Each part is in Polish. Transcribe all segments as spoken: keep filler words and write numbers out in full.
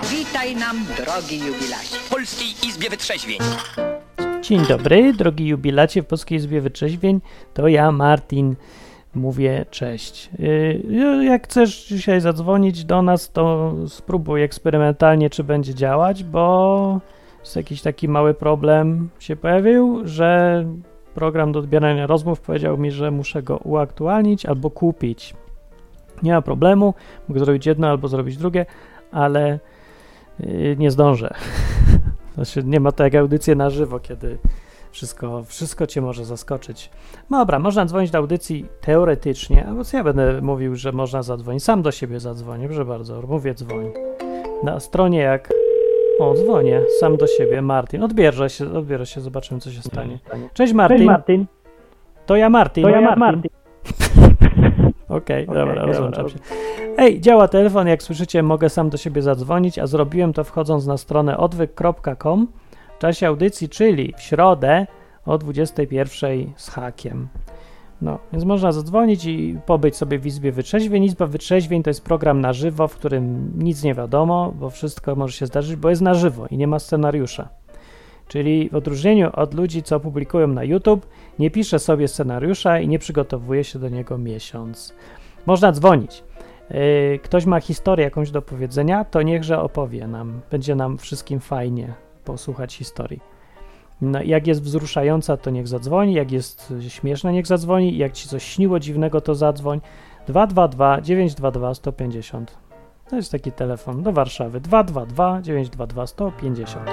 Witaj nam, drogi jubilacie. W Polskiej Izbie Wytrzeźwień. Dzień dobry, drogi jubilacie w Polskiej Izbie Wytrzeźwień. To ja, Martin, mówię cześć. Yy, jak chcesz dzisiaj zadzwonić do nas, to spróbuj eksperymentalnie, czy będzie działać, bo jest jakiś taki mały problem się pojawił, że program do odbierania rozmów powiedział mi, że muszę go uaktualnić albo kupić. Nie ma problemu, mogę zrobić jedno albo zrobić drugie, ale yy, nie zdążę. Znaczy, nie ma to jak audycje na żywo, kiedy wszystko, wszystko cię może zaskoczyć. No dobra, można dzwonić do audycji teoretycznie, albo co ja będę mówił, że można zadzwonić. Sam do siebie zadzwonię, proszę bardzo, mówię dzwoń. Na stronie jak... O, dzwonię, sam do siebie, Martin. Odbierze się, odbierze się, zobaczymy, co się stanie. Cześć Martin. Cześć Martin. To ja Martin. To ja Martin. Okej, okay, okay, dobra, rozłączam się. Ej, działa telefon, jak słyszycie, mogę sam do siebie zadzwonić, a zrobiłem to wchodząc na stronę odwyk kropka com w czasie audycji, czyli w środę o dwudziestej pierwszej z hakiem. No, więc można zadzwonić i pobyć sobie w Izbie Wytrzeźwień. Izba Wytrzeźwień to jest program na żywo, w którym nic nie wiadomo, bo wszystko może się zdarzyć, bo jest na żywo i nie ma scenariusza. Czyli w odróżnieniu od ludzi, co publikują na YouTube, nie pisze sobie scenariusza i nie przygotowuje się do niego miesiąc. Można dzwonić. Yy, ktoś ma historię jakąś do powiedzenia, to niechże opowie nam. Będzie nam wszystkim fajnie posłuchać historii. No, jak jest wzruszająca, to niech zadzwoni. Jak jest śmieszna, niech zadzwoni. Jak ci coś śniło dziwnego, to zadzwoń. dwa dwa dwa dziewięć dwa dwa sto pięćdziesiąt. To jest taki telefon do Warszawy. dwa dwa dwa dziewięć dwa dwa sto pięćdziesiąt.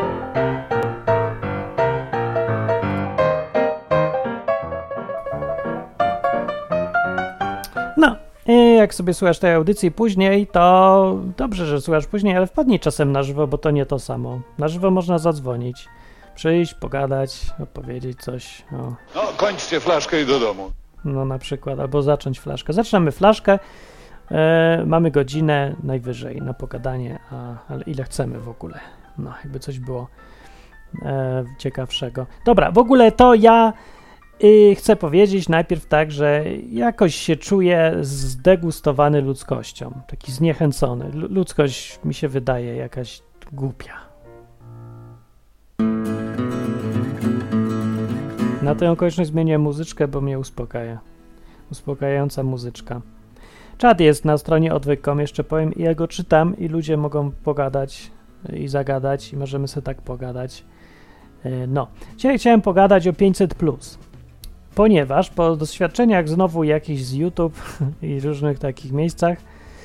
No, i jak sobie słuchasz tej audycji później, to dobrze, że słuchasz później, ale wpadnij czasem na żywo, bo to nie to samo. Na żywo można zadzwonić, przyjść, pogadać, opowiedzieć coś. O. No, kończcie flaszkę i do domu. No na przykład, albo zacząć flaszkę. Zaczynamy flaszkę, e, mamy godzinę najwyżej na pogadanie, a, ale ile chcemy w ogóle. No, jakby coś było e, ciekawszego. Dobra, w ogóle to ja... I chcę powiedzieć najpierw tak, że jakoś się czuję zdegustowany ludzkością, taki zniechęcony. L- ludzkość mi się wydaje jakaś głupia. Na tę okoliczność zmienię muzyczkę, bo mnie uspokaja. Uspokajająca muzyczka. Czat jest na stronie odwyk kropka com, jeszcze powiem, i ja go czytam i ludzie mogą pogadać i zagadać i możemy sobie tak pogadać. No, dzisiaj chciałem pogadać o pięćset plus. Ponieważ po doświadczeniach znowu jakichś z YouTube i różnych takich miejscach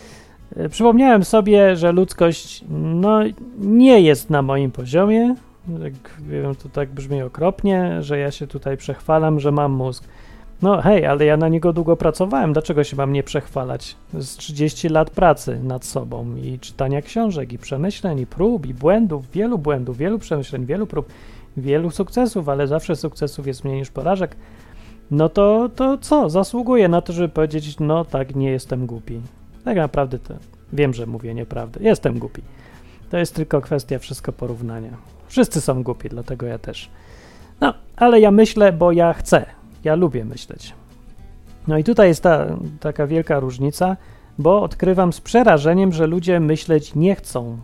yy, przypomniałem sobie, że ludzkość no, nie jest na moim poziomie. Jak wiem, to tak brzmi okropnie, że ja się tutaj przechwalam, że mam mózg. No hej, ale ja na niego długo pracowałem. Dlaczego się mam nie przechwalać? Z trzydzieści lat pracy nad sobą i czytania książek, i przemyśleń, i prób, i błędów, wielu błędów, wielu przemyśleń, wielu prób, wielu sukcesów, ale zawsze sukcesów jest mniej niż porażek. No to, to co? Zasługuję na to, żeby powiedzieć, no tak, nie jestem głupi. Tak naprawdę to wiem, że mówię nieprawdę. Jestem głupi. To jest tylko kwestia wszystko porównania. Wszyscy są głupi, dlatego ja też. No, ale ja myślę, bo ja chcę. Ja lubię myśleć. No i tutaj jest ta taka wielka różnica, bo odkrywam z przerażeniem, że ludzie myśleć nie chcą.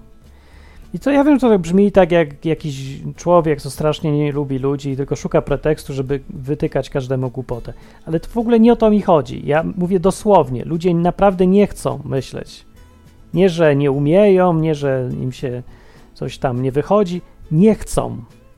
I to ja wiem, że to brzmi tak jak jakiś człowiek, co strasznie nie lubi ludzi i tylko szuka pretekstu, żeby wytykać każdemu głupotę. Ale to w ogóle nie o to mi chodzi. Ja mówię dosłownie. Ludzie naprawdę nie chcą myśleć. Nie, że nie umieją, nie, że im się coś tam nie wychodzi. Nie chcą.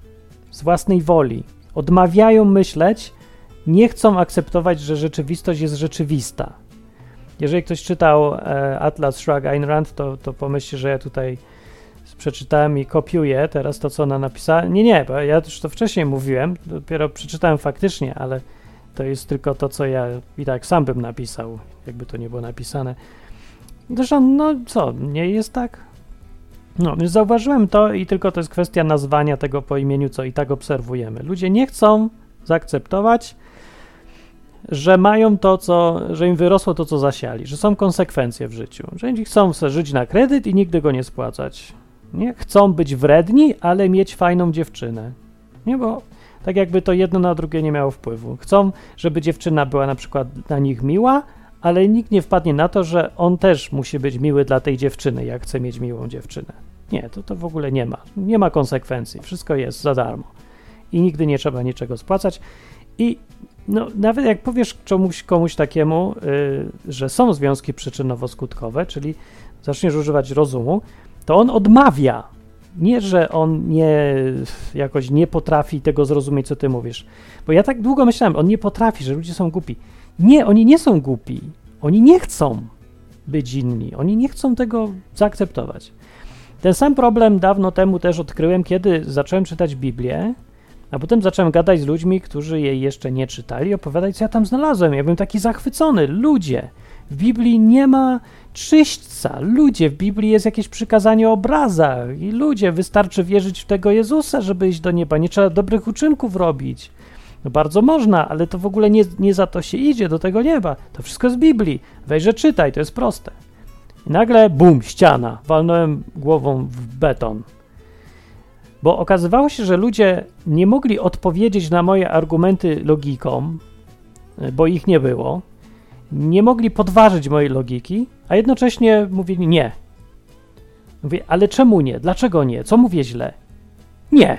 Z własnej woli. Odmawiają myśleć, nie chcą akceptować, że rzeczywistość jest rzeczywista. Jeżeli ktoś czytał e, Atlas Shrugged Ayn Rand, to, to pomyślcie, że ja tutaj przeczytałem i kopiuję teraz to, co ona napisała. Nie, nie, bo ja już to wcześniej mówiłem, dopiero przeczytałem faktycznie, ale to jest tylko to, co ja i tak sam bym napisał, jakby to nie było napisane. Zresztą, no co, nie jest tak? No, więc zauważyłem to i tylko to jest kwestia nazwania tego po imieniu, co i tak obserwujemy. Ludzie nie chcą zaakceptować, że mają to, co, że im wyrosło to, co zasiali, że są konsekwencje w życiu, że oni chcą sobie żyć na kredyt i nigdy go nie spłacać. Nie? Chcą być wredni, ale mieć fajną dziewczynę. Nie, bo tak jakby to jedno na drugie nie miało wpływu. Chcą, żeby dziewczyna była na przykład na nich miła, ale nikt nie wpadnie na to, że on też musi być miły dla tej dziewczyny, jak chce mieć miłą dziewczynę. Nie, to to w ogóle nie ma. Nie ma konsekwencji. Wszystko jest za darmo. I nigdy nie trzeba niczego spłacać. I no, nawet jak powiesz komuś, komuś takiemu, yy, że są związki przyczynowo-skutkowe, czyli zaczniesz używać rozumu, to on odmawia. Nie, że on nie jakoś nie potrafi tego zrozumieć, co ty mówisz. Bo ja tak długo myślałem, on nie potrafi, że ludzie są głupi. Nie, oni nie są głupi. Oni nie chcą być inni. Oni nie chcą tego zaakceptować. Ten sam problem dawno temu też odkryłem, kiedy zacząłem czytać Biblię, a potem zacząłem gadać z ludźmi, którzy jej jeszcze nie czytali, opowiadać, co ja tam znalazłem. Ja byłem taki zachwycony. Ludzie, w Biblii nie ma czyśćca. Ludzie, w Biblii jest jakieś przykazanie o obrazach. I ludzie, wystarczy wierzyć w tego Jezusa, żeby iść do nieba. Nie trzeba dobrych uczynków robić. No bardzo można, ale to w ogóle nie, nie za to się idzie do tego nieba. To wszystko z Biblii. Weź, że czytaj, to jest proste. I nagle, bum, ściana. Walnąłem głową w beton. Bo okazywało się, że ludzie nie mogli odpowiedzieć na moje argumenty logiką, bo ich nie było. Nie mogli podważyć mojej logiki, a jednocześnie mówili nie. Mówię, ale czemu nie? Dlaczego nie? Co mówię źle? Nie.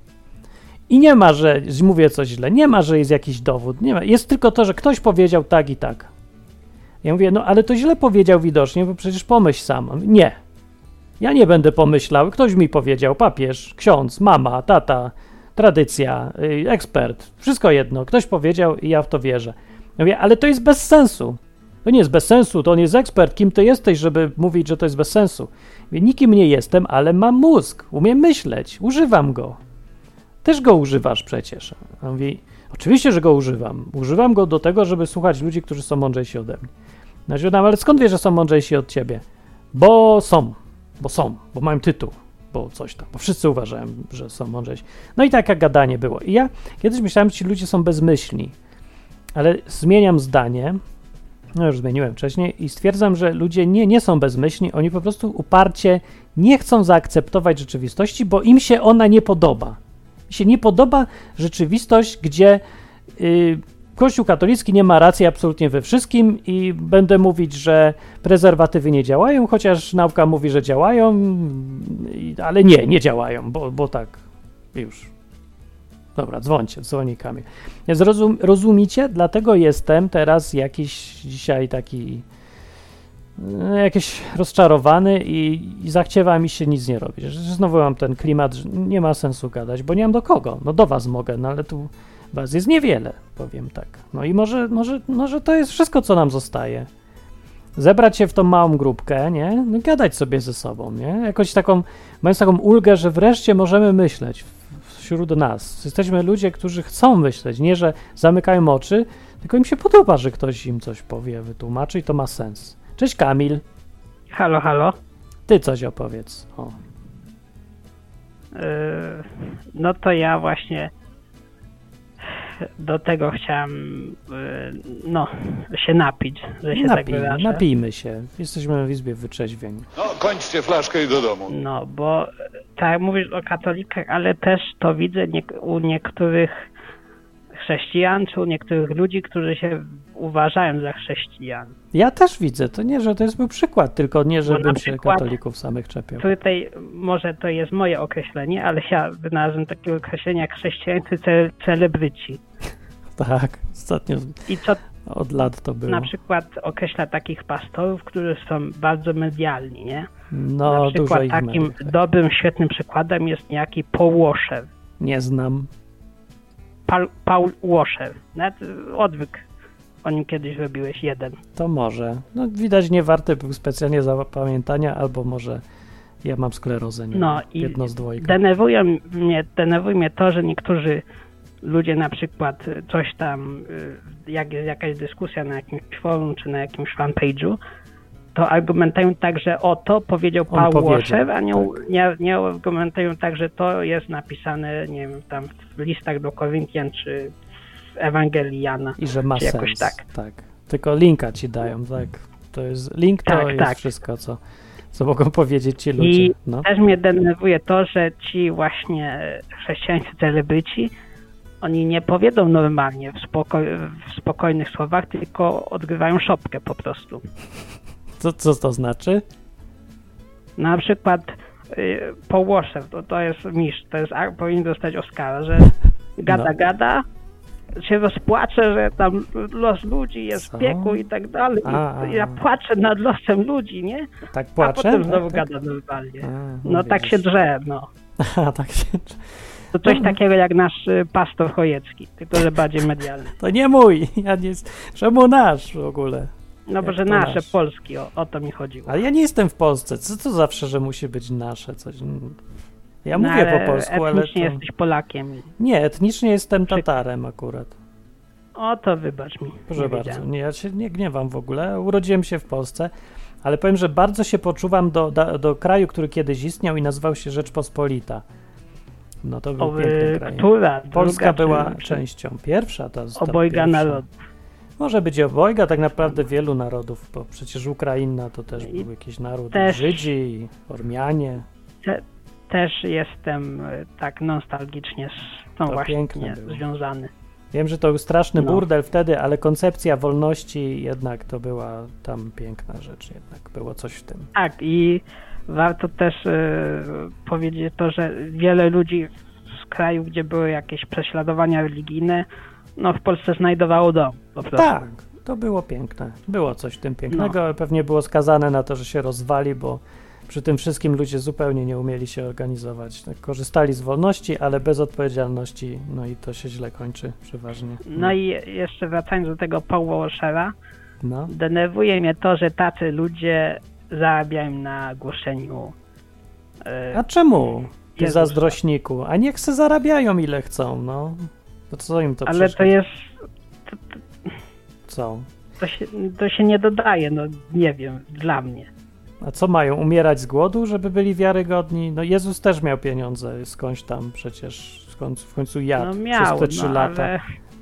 I nie ma, że mówię coś źle. Nie ma, że jest jakiś dowód. Nie ma. Jest tylko to, że ktoś powiedział tak i tak. Ja mówię, no ale to źle powiedział widocznie, bo przecież pomyśl sam. Nie. Ja nie będę pomyślał. Ktoś mi powiedział, papież, ksiądz, mama, tata, tradycja, yy, ekspert. Wszystko jedno. Ktoś powiedział i ja w to wierzę. Ja mówię, ale to jest bez sensu. To nie jest bez sensu, to on jest ekspert. Kim ty jesteś, żeby mówić, że to jest bez sensu? Mówię, nikim nie jestem, ale mam mózg. Umiem myśleć. Używam go. Też go używasz przecież. A mówi, oczywiście, że go używam. Używam go do tego, żeby słuchać ludzi, którzy są mądrzejsi ode mnie. Znaczy, ale skąd wiesz, że są mądrzejsi od ciebie? Bo są. Bo są. Bo mają tytuł. Bo coś tam. Bo wszyscy uważają, że są mądrzejsi. No i taka gadanie było. I ja kiedyś myślałem, że ci ludzie są bezmyślni. Ale zmieniam zdanie. No już zmieniłem wcześniej i stwierdzam, że ludzie nie, nie są bezmyślni. Oni po prostu uparcie nie chcą zaakceptować rzeczywistości, bo im się ona nie podoba. Mi się nie podoba rzeczywistość, gdzie yy, Kościół katolicki nie ma racji absolutnie we wszystkim i będę mówić, że prezerwatywy nie działają, chociaż nauka mówi, że działają, yy, ale nie, nie działają, bo, bo tak już. Dobra, dzwońcie, dzwoni Kamil. Zrozum, rozumicie? Dlatego jestem teraz jakiś dzisiaj taki yy, jakiś rozczarowany i, i zachciewa mi się nic nie robić. Że znowu mam ten klimat, że nie ma sensu gadać, bo nie mam do kogo. No do was mogę, no ale tu was jest niewiele, powiem tak. No i może, może, może to jest wszystko, co nam zostaje. Zebrać się w tą małą grupkę, nie? No gadać sobie ze sobą, nie? Jakoś taką, mając taką ulgę, że wreszcie możemy myśleć wśród nas. Jesteśmy ludzie, którzy chcą myśleć, nie, że zamykają oczy, tylko im się podoba, że ktoś im coś powie, wytłumaczy i to ma sens. Cześć Kamil. Halo, halo. Ty coś opowiedz. O. Yy, no to ja właśnie do tego chciałem yy, no, się napić, że się Napij, tak wyrażę. napijmy się. Jesteśmy w izbie wytrzeźwień. No, kończcie flaszkę i do domu. No, bo tak jak mówisz o katolikach, ale też to widzę nie, u niektórych chrześcijan, czy u niektórych ludzi, którzy się uważają za chrześcijan. Ja też widzę, to nie, że to jest był przykład, tylko nie, Bo żebym na się przykład katolików samych czepiał. Tutaj może to jest moje określenie, ale ja wynalazłem takie określenie jak chrześcijańscy ce- celebryci. Tak, ostatnio I co od lat to było. na przykład określa takich pastorów, którzy są bardzo medialni, nie? No, Na dużo przykład ich takim mediów, tak. dobrym, świetnym przykładem jest niejaki Paul Washer. Nie znam. Paul, Paul Washer. Nawet odwyk o nim kiedyś robiłeś jeden. To może. No widać nie warty był specjalnie zapamiętania, albo może ja mam sklerozę, nie? No i jedno z dwojga. denerwuje mnie, denerwuje mnie to, że niektórzy ludzie na przykład coś tam, jak jest jakaś dyskusja na jakimś forum czy na jakimś fanpage'u, to argumentują tak, że o to powiedział On Paul powiedział, Washer, a nie, tak. nie, nie argumentują tak, że to jest napisane, nie wiem, tam w listach do Koryntian czy w Ewangelii Jana. I że ma czy jakoś sens. tak. tak. Tylko linka ci dają, tak. To jest link, to Tak, jest tak. wszystko, co, co mogą powiedzieć ci ludzie. I No. też mnie denerwuje to, że ci właśnie chrześcijańscy celebryci oni nie powiedzą normalnie w, spoko- w spokojnych słowach, tylko odgrywają szopkę po prostu. Co, co to znaczy? Na przykład y, Połoszew, to, to jest mistrz, to jest, a, powinien dostać Oscara, że gada, No. gada, się rozpłacze, że tam los ludzi jest Co? w piekło i tak dalej. A, a, I ja a. płaczę nad losem ludzi, nie? Tak A płacze? potem znowu tak, gada normalnie. A, No tak widzisz. się drze, no. A, tak się... To coś No. takiego jak nasz y, pastor Chojecki, tylko że bardziej medialny. To nie mój, ja nie... Czemu nasz w ogóle? No bo Jak że to nasze, nasz? polski, o, o to mi chodziło. Ale ja nie jestem w Polsce, co to zawsze, że musi być nasze coś? Ja No, mówię ale po polsku, ale etnicznie to... jesteś Polakiem. Nie, etnicznie jestem Tatarem akurat. O, to wybacz mi. Proszę nie bardzo, wiedziałem. nie, ja się nie gniewam w ogóle. Urodziłem się w Polsce, ale powiem, że bardzo się poczuwam do, do, do kraju, który kiedyś istniał i nazywał się Rzeczpospolita. No to był O, piękny y, kraj. która? Polska druga, była czy, częścią. Pierwsza to jest ta Obojga pierwsza. narodów. Może być obojga tak naprawdę wielu narodów, bo przecież Ukraina to też I był jakiś naród. też- Żydzi, Ormianie. Te, też jestem y, tak nostalgicznie z tą To właśnie piękne było. związany. Wiem, że to był straszny No. burdel wtedy, ale koncepcja wolności jednak to była tam piękna rzecz. Jednak było coś w tym. Tak, i warto też y, powiedzieć to, że wiele ludzi z krajów, gdzie były jakieś prześladowania religijne, no w Polsce znajdowało dom. Po prostu. Tak, to było piękne. Było coś w tym pięknego, ale pewnie było skazane na to, że się rozwali, bo przy tym wszystkim ludzie zupełnie nie umieli się organizować. Tak, korzystali z wolności, ale bez odpowiedzialności, no i to się źle kończy przeważnie. No i jeszcze wracając do tego Połoszera, No. denerwuje mnie to, że tacy ludzie zarabiają na głoszeniu. y, A czemu, ty Jezusa. zazdrośniku? A niech se zarabiają ile chcą, no. To co im to Ale to przeszkadza? jest. Co? To się, to się nie dodaje, no nie wiem, dla mnie. A co mają? Umierać z głodu, żeby byli wiarygodni? No Jezus też miał pieniądze skądś tam przecież, w końcu, w końcu jadł No miał, przez te trzy no, lata. ale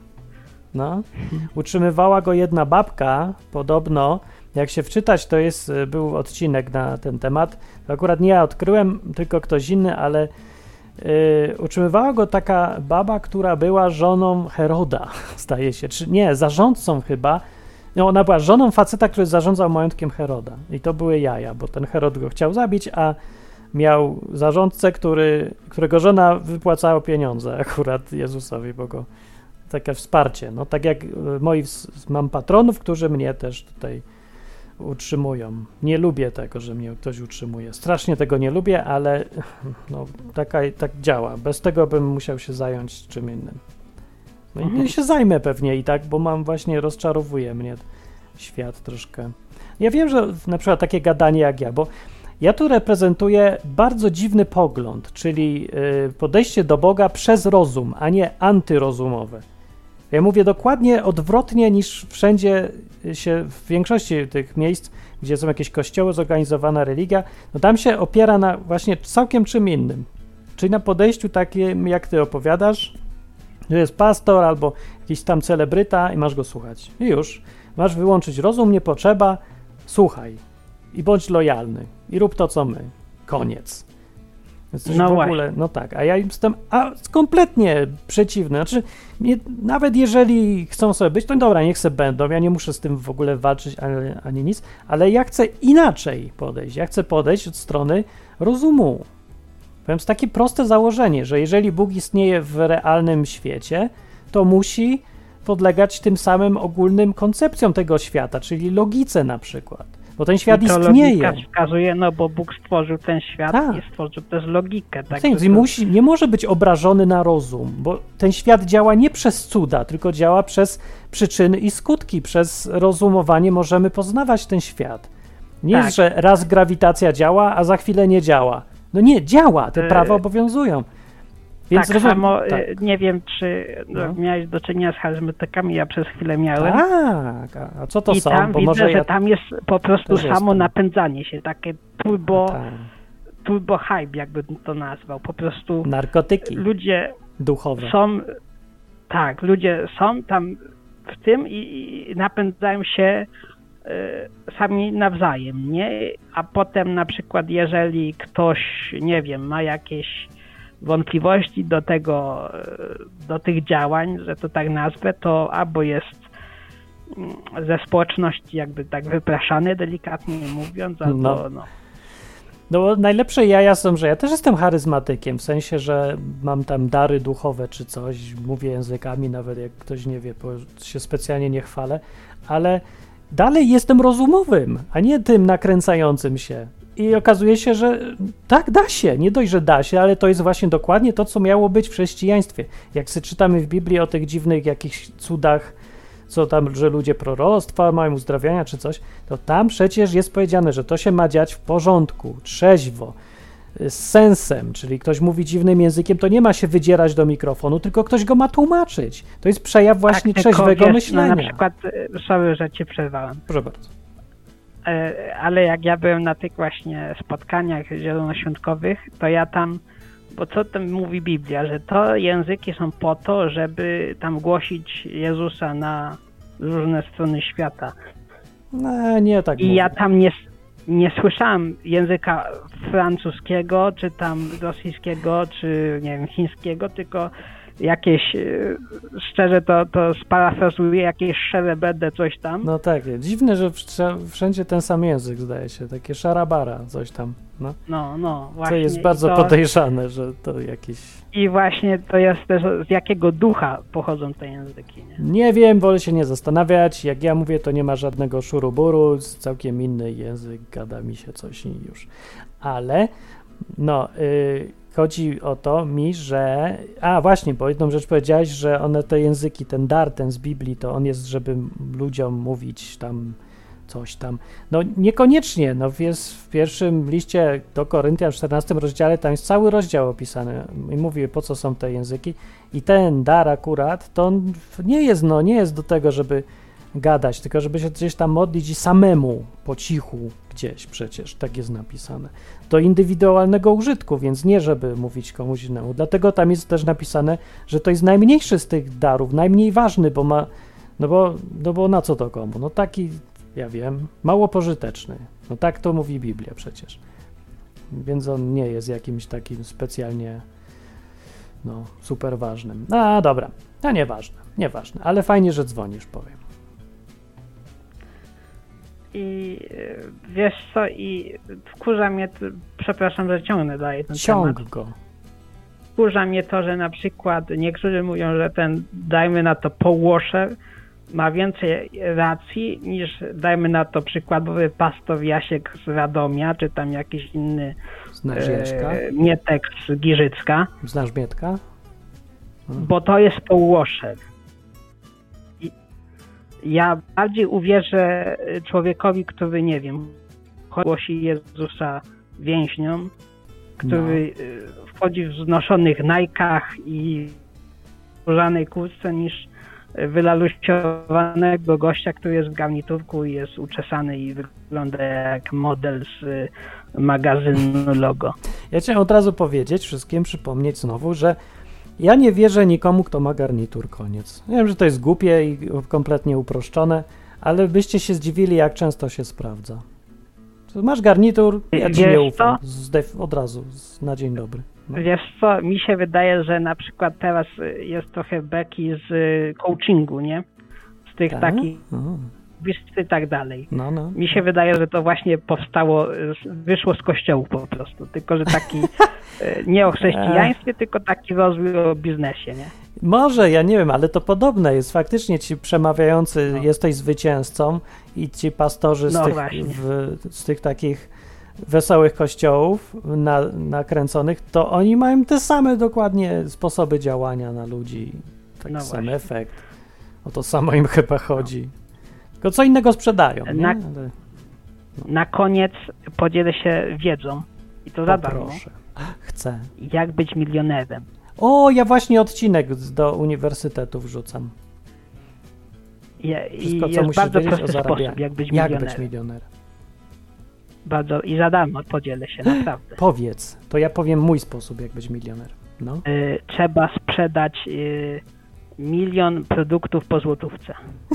No. Utrzymywała go jedna babka, podobno, jak się wczytać, to jest, był odcinek na ten temat, to akurat nie ja odkryłem, tylko ktoś inny, ale yy, utrzymywała go taka baba, która była żoną Heroda, zdaje się, czy nie, zarządcą chyba. No, ona była żoną faceta, który zarządzał majątkiem Heroda i to były jaja, bo ten Herod go chciał zabić, a miał zarządcę, który, którego żona wypłacała pieniądze akurat Jezusowi, bo go takie wsparcie, no tak jak y, moi ws- mam patronów, którzy mnie też tutaj utrzymują. Nie lubię tego, że mnie ktoś utrzymuje. Strasznie tego nie lubię, ale no, taka, tak działa. Bez tego bym musiał się zająć czym innym. No i Mhm. się zajmę pewnie i tak, bo mam właśnie, rozczarowuje mnie świat troszkę. Ja wiem, że na przykład takie gadanie jak ja, bo ja tu reprezentuję bardzo dziwny pogląd, czyli y, podejście do Boga przez rozum, a nie antyrozumowe. Ja mówię dokładnie odwrotnie niż wszędzie się, w większości tych miejsc, gdzie są jakieś kościoły, zorganizowana religia, no tam się opiera na właśnie całkiem czym innym. Czyli na podejściu takim, jak ty opowiadasz, że jest pastor albo jakiś tam celebryta i masz go słuchać. I już. Masz wyłączyć rozum, nie potrzeba, słuchaj. I bądź lojalny. I rób to, co my. Koniec. Jesteś No w właśnie. ogóle, no tak, a ja jestem a, kompletnie przeciwny. Znaczy, nie, nawet jeżeli chcą sobie być, to dobra, niech sobie będą, ja nie muszę z tym w ogóle walczyć ani, ani nic, ale ja chcę inaczej podejść. Ja chcę podejść od strony rozumu. Powiem, jest takie proste założenie, że jeżeli Bóg istnieje w realnym świecie, to musi podlegać tym samym ogólnym koncepcjom tego świata, czyli logice na przykład. Bo ten świat I to istnieje. logika wskazuje, no bo Bóg stworzył ten świat Tak. i stworzył też logikę. Tak, Więc że i to- musi, nie może być obrażony na rozum, bo ten świat działa nie przez cuda, tylko działa przez przyczyny i skutki. Przez rozumowanie możemy poznawać ten świat. Nie Tak. jest, że raz grawitacja działa, a za chwilę nie działa. No nie, działa, te E, prawa obowiązują. Więc tak rozum- samo, tak. y, nie wiem, czy no, No. miałeś do czynienia z charyzmatykami, ja przez chwilę miałem. Tak, a- a co to I są? tam Bo widzę, może że ja... tam jest po prostu też samo jestem. napędzanie się, takie turbo, Tak. turbo hype, jakby to nazwał. Po prostu Narkotyki ludzie duchowe. są, tak, ludzie są tam w tym i, i napędzają się y, sami nawzajem, nie? A potem na przykład jeżeli ktoś, nie wiem, ma jakieś wątpliwości do tego, do tych działań, że to tak nazwę, to albo jest ze społeczności jakby tak wypraszany, delikatnie mówiąc, albo no. no. No bo najlepsze jaja są, że ja też jestem charyzmatykiem, w sensie, że mam tam dary duchowe czy coś, mówię językami, nawet jak ktoś nie wie, bo się specjalnie nie chwalę, ale dalej jestem rozumowym, a nie tym nakręcającym się. I okazuje się, że tak, da się, nie dość, że da się, ale to jest właśnie dokładnie to, co miało być w chrześcijaństwie. Jak sobie czytamy w Biblii o tych dziwnych jakichś cudach, co tam, że ludzie proroctwa mają, uzdrawiania czy coś, to tam przecież jest powiedziane, że to się ma dziać w porządku, trzeźwo, z sensem, czyli ktoś mówi dziwnym językiem, to nie ma się wydzierać do mikrofonu, tylko ktoś go ma tłumaczyć. To jest przejaw właśnie tak, trzeźwego wiesz, myślenia. No, na przykład, sorry, że cię przerwałem. Proszę bardzo. Ale jak ja byłem na tych właśnie spotkaniach zielonoświątkowych, to ja tam, bo co tam mówi Biblia, że to języki są po to, żeby tam głosić Jezusa na różne strony świata. No, nie tak I mówię. ja tam nie, nie słyszałem języka francuskiego, czy tam rosyjskiego, czy nie wiem, chińskiego, tylko jakieś, szczerze to, to sparafrazuję, jakieś szerebede, coś tam. No tak, dziwne, że wszędzie ten sam język, zdaje się, takie szarabara, coś tam, no. No, no, właśnie. To jest bardzo to, podejrzane, że to jakieś... I właśnie to jest też, z jakiego ducha pochodzą te języki, nie? Nie wiem, wolę się nie zastanawiać, jak ja mówię, to nie ma żadnego szuruburu, całkiem inny język, gada mi się coś i już. Ale, no... Yy, chodzi o to mi, że... A właśnie, bo jedną rzecz powiedziałeś, że one te języki, ten dar, ten z Biblii, to on jest, żeby ludziom mówić tam coś tam. No niekoniecznie, no jest w pierwszym liście do Koryntian, w czternastym rozdziale, tam jest cały rozdział opisany i mówi, po co są te języki. I ten dar akurat, to on nie jest, no nie jest do tego, żeby gadać, tylko żeby się gdzieś tam modlić i samemu, po cichu gdzieś przecież, tak jest napisane. Do indywidualnego użytku, więc nie żeby mówić komuś innemu. Dlatego tam jest też napisane, że to jest najmniejszy z tych darów, najmniej ważny, bo ma, no bo, no bo na co to komu? No taki, ja wiem, mało pożyteczny. No tak to mówi Biblia przecież. Więc on nie jest jakimś takim specjalnie, no, super ważnym. A, dobra, to nieważne, nieważne, ale fajnie, że dzwonisz, powiem. I wiesz co, i wkurza mnie, to, przepraszam, że ciągnę dalej ten Ciąg temat. go. Wkurza mnie to, że na przykład niektórzy mówią, że ten, dajmy na to Połoszer, ma więcej racji niż, dajmy na to, przykładowy pastor Jasiek z Radomia, czy tam jakiś inny Znasz Jaśka? e, Mietek z Giżycka. Znasz Mietka? Hmm. Bo to jest Połoszer. Ja bardziej uwierzę człowiekowi, który, nie wiem, głosi Jezusa więźniom, który no. wchodzi w znoszonych najkach i w skórzanej kurtce, niż wylaluściowanego gościa, który jest w garniturku i jest uczesany i wygląda jak model z magazynu Logo. Ja chciałem od razu powiedzieć, wszystkim przypomnieć znowu, że ja nie wierzę nikomu, kto ma garnitur, koniec. Wiem, że to jest głupie i kompletnie uproszczone, ale byście się zdziwili, jak często się sprawdza. Masz garnitur, ja ci nie ufam. Zdef- od razu, na dzień dobry. No. Wiesz co, mi się wydaje, że na przykład teraz jest trochę beki z coachingu, nie? Z tych tak? takich Aha. i tak dalej. No, no. Mi się wydaje, że to właśnie powstało, wyszło z kościołu po prostu, tylko że taki nie o chrześcijaństwie, tylko taki rozwój o biznesie, nie? Może, ja nie wiem, ale to podobne jest. Faktycznie ci przemawiający, no. jesteś zwycięzcą i ci pastorzy z, no tych, w, z tych takich wesołych kościołów na, nakręconych, to oni mają te same dokładnie sposoby działania na ludzi. Taki no sam właśnie. efekt. O to samo im chyba chodzi. No. Tylko co innego sprzedają, nie? Na, ale, no. na koniec podzielę się wiedzą. I to za darmo. Proszę. Chcę. Jak być milionerem. O, ja właśnie odcinek do uniwersytetu wrzucam. Je, Wszystko, i co jest musisz bardzo wiedzieć o prosty zarabianiu. sposób, jak być Jak milionerem. być milionerem. Bardzo, i za darmo podzielę się, naprawdę. Powiedz, to ja powiem mój sposób, jak być milioner. No. Y, trzeba sprzedać y, milion produktów po złotówce.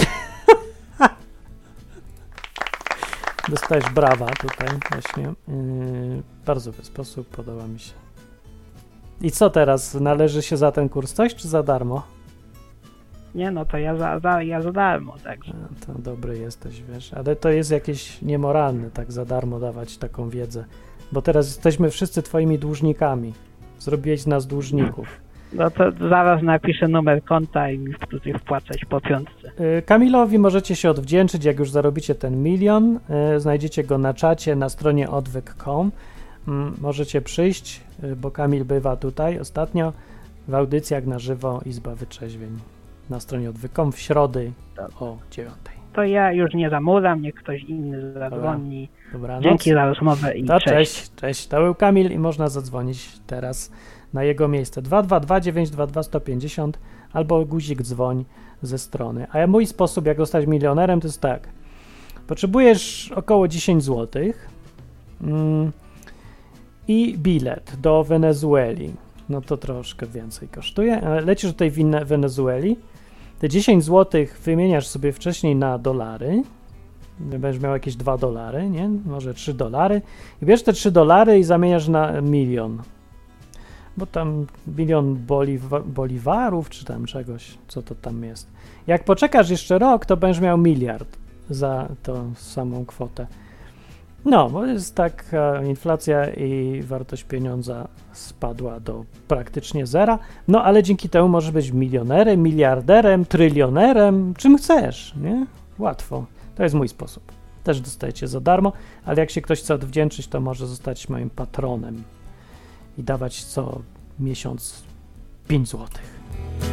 Dostajesz brawa tutaj właśnie. Yy, bardzo w sposób, podoba mi się. I co teraz? Należy się za ten kurs coś, czy za darmo? Nie no, to ja za, za, ja za darmo, także. A, to dobry jesteś, wiesz, ale to jest jakieś niemoralne, tak za darmo dawać taką wiedzę, bo teraz jesteśmy wszyscy twoimi dłużnikami. Zrobiłeś z nas dłużników. No to zaraz napiszę numer konta i mi tutaj wpłacać po piątce. Kamilowi możecie się odwdzięczyć, jak już zarobicie ten milion. Znajdziecie go na czacie na stronie odwyk kropka com. Możecie przyjść, bo Kamil bywa tutaj ostatnio w audycjach na żywo Izba Wytrzeźwień na stronie odwyk kropka com w środy o dziewiątej. To ja już nie zamuram, niech ktoś inny zadzwoni. Dobranoc. Dzięki za rozmowę i to cześć. Cześć, cześć. To był Kamil i można zadzwonić teraz na jego miejsce dwa dwa dwa dziewięć dwa dwa sto pięćdziesiąt albo guzik dzwoń ze strony. A mój sposób, jak zostać milionerem, to jest tak. Potrzebujesz około dziesięć złotych mm, i bilet do Wenezueli. No to troszkę więcej kosztuje, ale lecisz do tej Wene- Wenezueli. Te dziesięć złotych wymieniasz sobie wcześniej na dolary. Będziesz miał jakieś dwa dolary, nie? Może trzy dolary. I bierzesz te trzy dolary i zamieniasz na milion. Bo tam milion boliwa- boliwarów, czy tam czegoś, co to tam jest. Jak poczekasz jeszcze rok, to będziesz miał miliard za tą samą kwotę. No, bo jest taka inflacja i wartość pieniądza spadła do praktycznie zera. No, ale dzięki temu możesz być milionerem, miliarderem, trylionerem, czym chcesz, nie? Łatwo. To jest mój sposób. Też dostajecie za darmo, ale jak się ktoś chce odwdzięczyć, to może zostać moim patronem i dawać co miesiąc pięć złotych.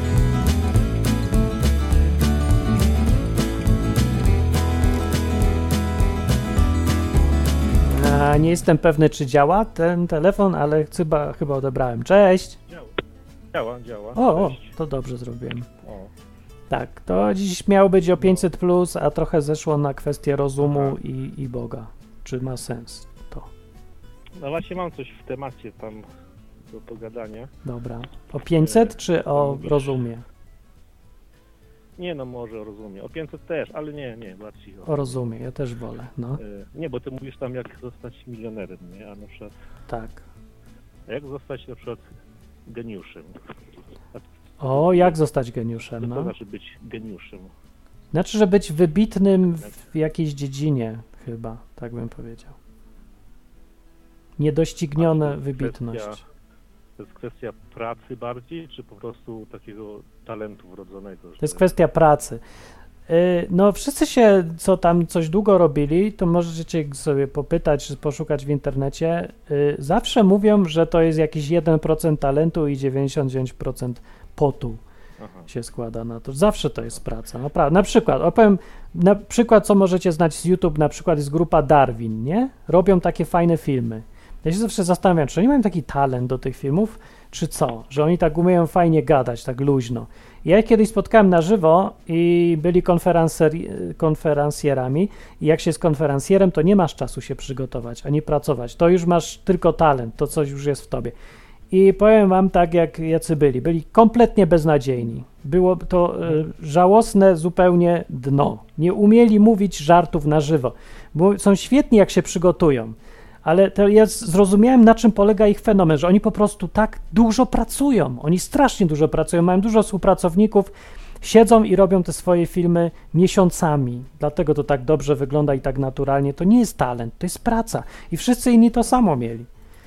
A nie jestem pewny, czy działa ten telefon, ale chyba, chyba odebrałem. Cześć! Działa, działa. działa. O, o, Cześć. to dobrze zrobiłem. O. Tak, to dziś miało być o pięćset plus, a trochę zeszło na kwestię rozumu Aha. i, i Boga. Czy ma sens to? No właśnie mam coś w temacie tam do pogadania. Dobra. O pięćset czy o Mówisz. rozumie? Nie no, może o rozumie. O pięćset też, ale nie, nie, bardziej O rozumie, ja też wolę, no. E, Nie, bo ty mówisz tam jak zostać milionerem, nie? A na przykład, Tak. a jak zostać na przykład geniuszem? O, jak zostać Co geniuszem, to no? znaczy być geniuszem? Znaczy, że być wybitnym w jakiejś dziedzinie, chyba, tak bym powiedział. Niedościgniona A to jest wybitność. kwestia- To jest kwestia pracy bardziej, czy po prostu takiego talentu wrodzonego? To jest kwestia pracy. Yy, No, wszyscy się, co tam coś długo robili, to możecie sobie popytać, czy poszukać w internecie. Yy, Zawsze mówią, że to jest jakiś jeden procent talentu i dziewięćdziesiąt dziewięć procent potu Aha. się składa na to. Zawsze to jest praca. Naprawdę. Na przykład, opowiem, na przykład, co możecie znać z YouTube, na przykład jest grupa Darwin, nie? Robią takie fajne filmy. Ja się zawsze zastanawiam, czy oni mają taki talent do tych filmów, czy co? Że oni tak umieją fajnie gadać, tak luźno. Ja ich kiedyś spotkałem na żywo i byli konferencer- konferencjerami i jak się jest konferencjerem, to nie masz czasu się przygotować, ani pracować. To już masz tylko talent, to coś już jest w tobie. I powiem wam tak, jak jacy byli. Byli kompletnie beznadziejni. Było to e, żałosne zupełnie dno. Nie umieli mówić żartów na żywo. Bo są świetni, jak się przygotują. Ale to ja zrozumiałem, na czym polega ich fenomen, że oni po prostu tak dużo pracują. Oni strasznie dużo pracują, mają dużo współpracowników, siedzą i robią te swoje filmy miesiącami. Dlatego to tak dobrze wygląda i tak naturalnie. To nie jest talent, to jest praca. I wszyscy inni to samo mieli.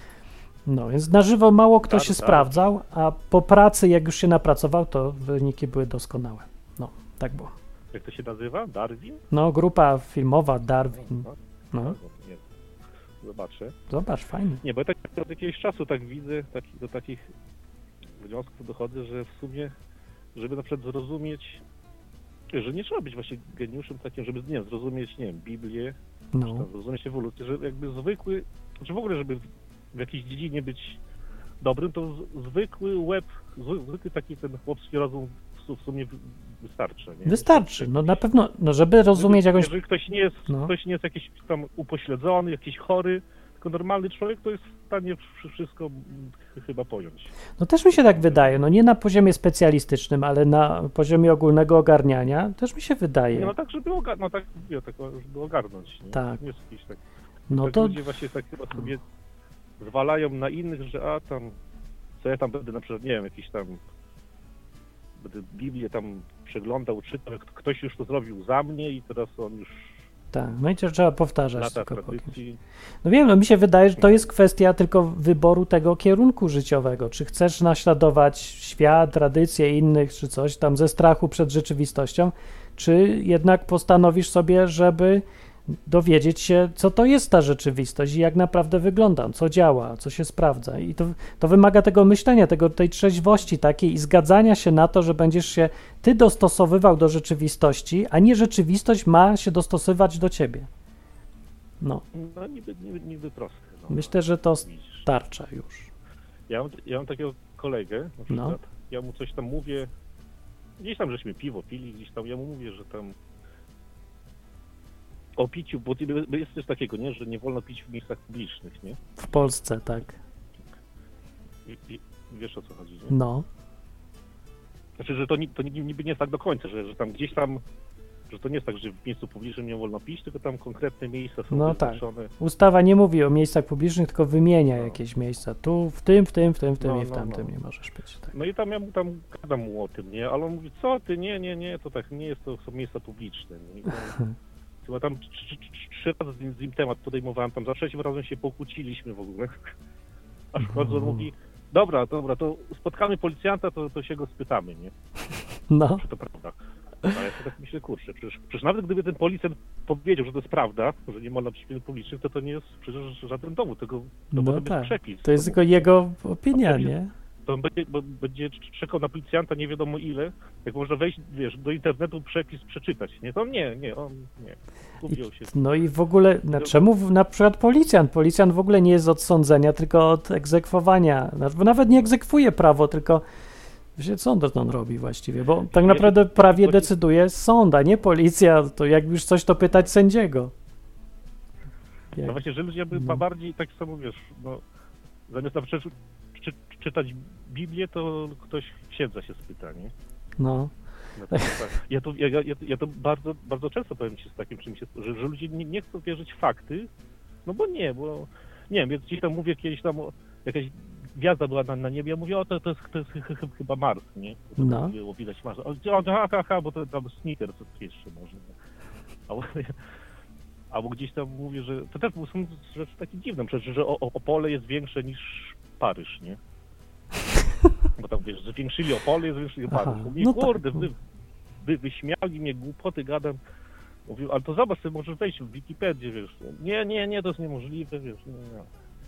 No, więc na żywo mało kto Tak, się tak. sprawdzał, a po pracy, jak już się napracował, to wyniki były doskonałe. No, tak było. Jak to się nazywa? Darwin? No, grupa filmowa Darwin. No, No, nie. Zobaczę. zobacz, fajnie. Nie, bo ja tak od jakiegoś czasu tak widzę, taki, do takich wniosków dochodzę, że w sumie, żeby na przykład zrozumieć, że nie trzeba być właśnie geniuszem takim, żeby, nie wiem, zrozumieć, nie wiem, Biblię, czy No, tam zrozumieć ewolucję, że jakby zwykły, czy w ogóle, żeby w, w jakiejś dziedzinie być dobrym, to z, zwykły łeb, zwy, zwykły taki ten chłopski rozum w, su- w sumie wy- wystarcza, nie? wystarczy. No na pewno, no żeby rozumieć jakąś... Jeżeli ktoś nie jest, No. ktoś nie jest jakiś tam upośledzony, jakiś chory, tylko normalny człowiek, to jest w stanie wszy- wszystko mm, ch- chyba pojąć. No też mi się tak wydaje, no nie na poziomie specjalistycznym, ale na poziomie ogólnego ogarniania też mi się Nie, wydaje. no tak, żeby ogarnąć, no tak, ja, tak, żeby ogarnąć. Nie? Tak. Nie jest jakiś tak, No tak to ludzie właśnie tak chyba sobie zwalają na innych, że a tam co ja tam będę na przykład, nie wiem, jakiś tam, będę Biblię tam przeglądał, czytał, jak ktoś już to zrobił za mnie i teraz on już Tak, no i to trzeba powtarzać lata tylko po kimś. tradycji. No wiem, no mi się wydaje, że to jest kwestia tylko wyboru tego kierunku życiowego. Czy chcesz naśladować świat, tradycje innych, czy coś tam ze strachu przed rzeczywistością, czy jednak postanowisz sobie, żeby dowiedzieć się, co to jest ta rzeczywistość i jak naprawdę wygląda, co działa, co się sprawdza. I to, to wymaga tego myślenia, tego, tej trzeźwości takiej i zgadzania się na to, że będziesz się ty dostosowywał do rzeczywistości, a nie rzeczywistość ma się dostosowywać do ciebie. No. No niby, niby, niby proste. No. Myślę, że to Widzisz. starcza już. Ja mam, ja mam takiego kolegę, na przykład, No. ja mu coś tam mówię, gdzieś tam żeśmy piwo pili, gdzieś tam, ja mu mówię, że tam o piciu, bo bo jest coś takiego, nie, że nie wolno pić w miejscach publicznych, nie? W Polsce, tak. I, i wiesz, o co chodzi, nie? No. Znaczy, że to, ni- to niby nie jest tak do końca, że, że tam gdzieś tam, że to nie jest tak, że w miejscu publicznym nie wolno pić, tylko tam konkretne miejsca są No tak. wyznaczone. Ustawa nie mówi o miejscach publicznych, tylko wymienia No. jakieś miejsca. Tu, w tym, w tym, w tym, w tym No, i w no, tamtym no. nie możesz pić. Tak. No i tam ja mu tam gadam mu o tym, nie? Ale on mówi, co ty, nie, nie, nie, to tak nie jest, to są miejsca publiczne. Nie? I tam, chyba tam trzy, trzy, trzy, trzy razy z nim, z nim temat podejmowałem, tam za trzecim razem się pokłóciliśmy w ogóle. Aż w końcu on mówi, dobra, dobra, to spotkamy policjanta, to, to się go spytamy, nie? No. Czy to prawda? A ja sobie tak myślę, kurczę, przecież, przecież nawet gdyby ten policjant powiedział, że to jest prawda, że nie wolno pić w miejscach publicznych, to to nie jest przecież żaden dowód, tego to No może być tak. przepis. To jest To tylko jego opinia, przepis- nie? To on będzie, bo będzie czekał na policjanta nie wiadomo ile, jak można wejść, wiesz, do internetu przepis przeczytać, nie? To on nie, nie, on nie. Gubił się. No i w ogóle, na czemu w- na przykład policjant? Policjant w ogóle nie jest od sądzenia, tylko od egzekwowania. Znaczy, bo nawet nie egzekwuje prawo, tylko wiecie, co on, to on robi właściwie? Bo tak naprawdę prawie decyduje sąd, a nie policja. To jak już coś, to pytać sędziego. No Jak, właśnie, że ludzie by No. bardziej tak samo, wiesz, no, zamiast na przykład czy, czytać Biblię, to ktoś księdza się spyta, nie? no, No to, tak. Ja to, ja, ja, ja to bardzo, bardzo często powiem ci z takim czymś, jest, że, że ludzie nie, nie chcą wierzyć w fakty, no bo nie, bo nie wiem, ja ci tam mówię kiedyś tam, o, jakaś gwiazda była na, na niebie, ja mówię, o to, to jest, to jest ch- ch- chyba Mars, nie? Bo to No. było widać Mars. O, o, ha, ha, ha, bo to tam Snickers jeszcze może. Albo, albo gdzieś tam mówię, że to też są rzeczy takie dziwne, przecież, że o, o, Opole jest większe niż Paryż, nie? Bo tam wiesz, zwiększyli Opole, jest większy niż Aha, Paryż. Mówię, no kurde, tak. wy, wy wyśmiali mnie, głupoty gadam. Mówił, ale to zobacz, ty możesz wejść w Wikipedię, wiesz. Nie, nie, nie, to jest niemożliwe, wiesz. Nie, nie.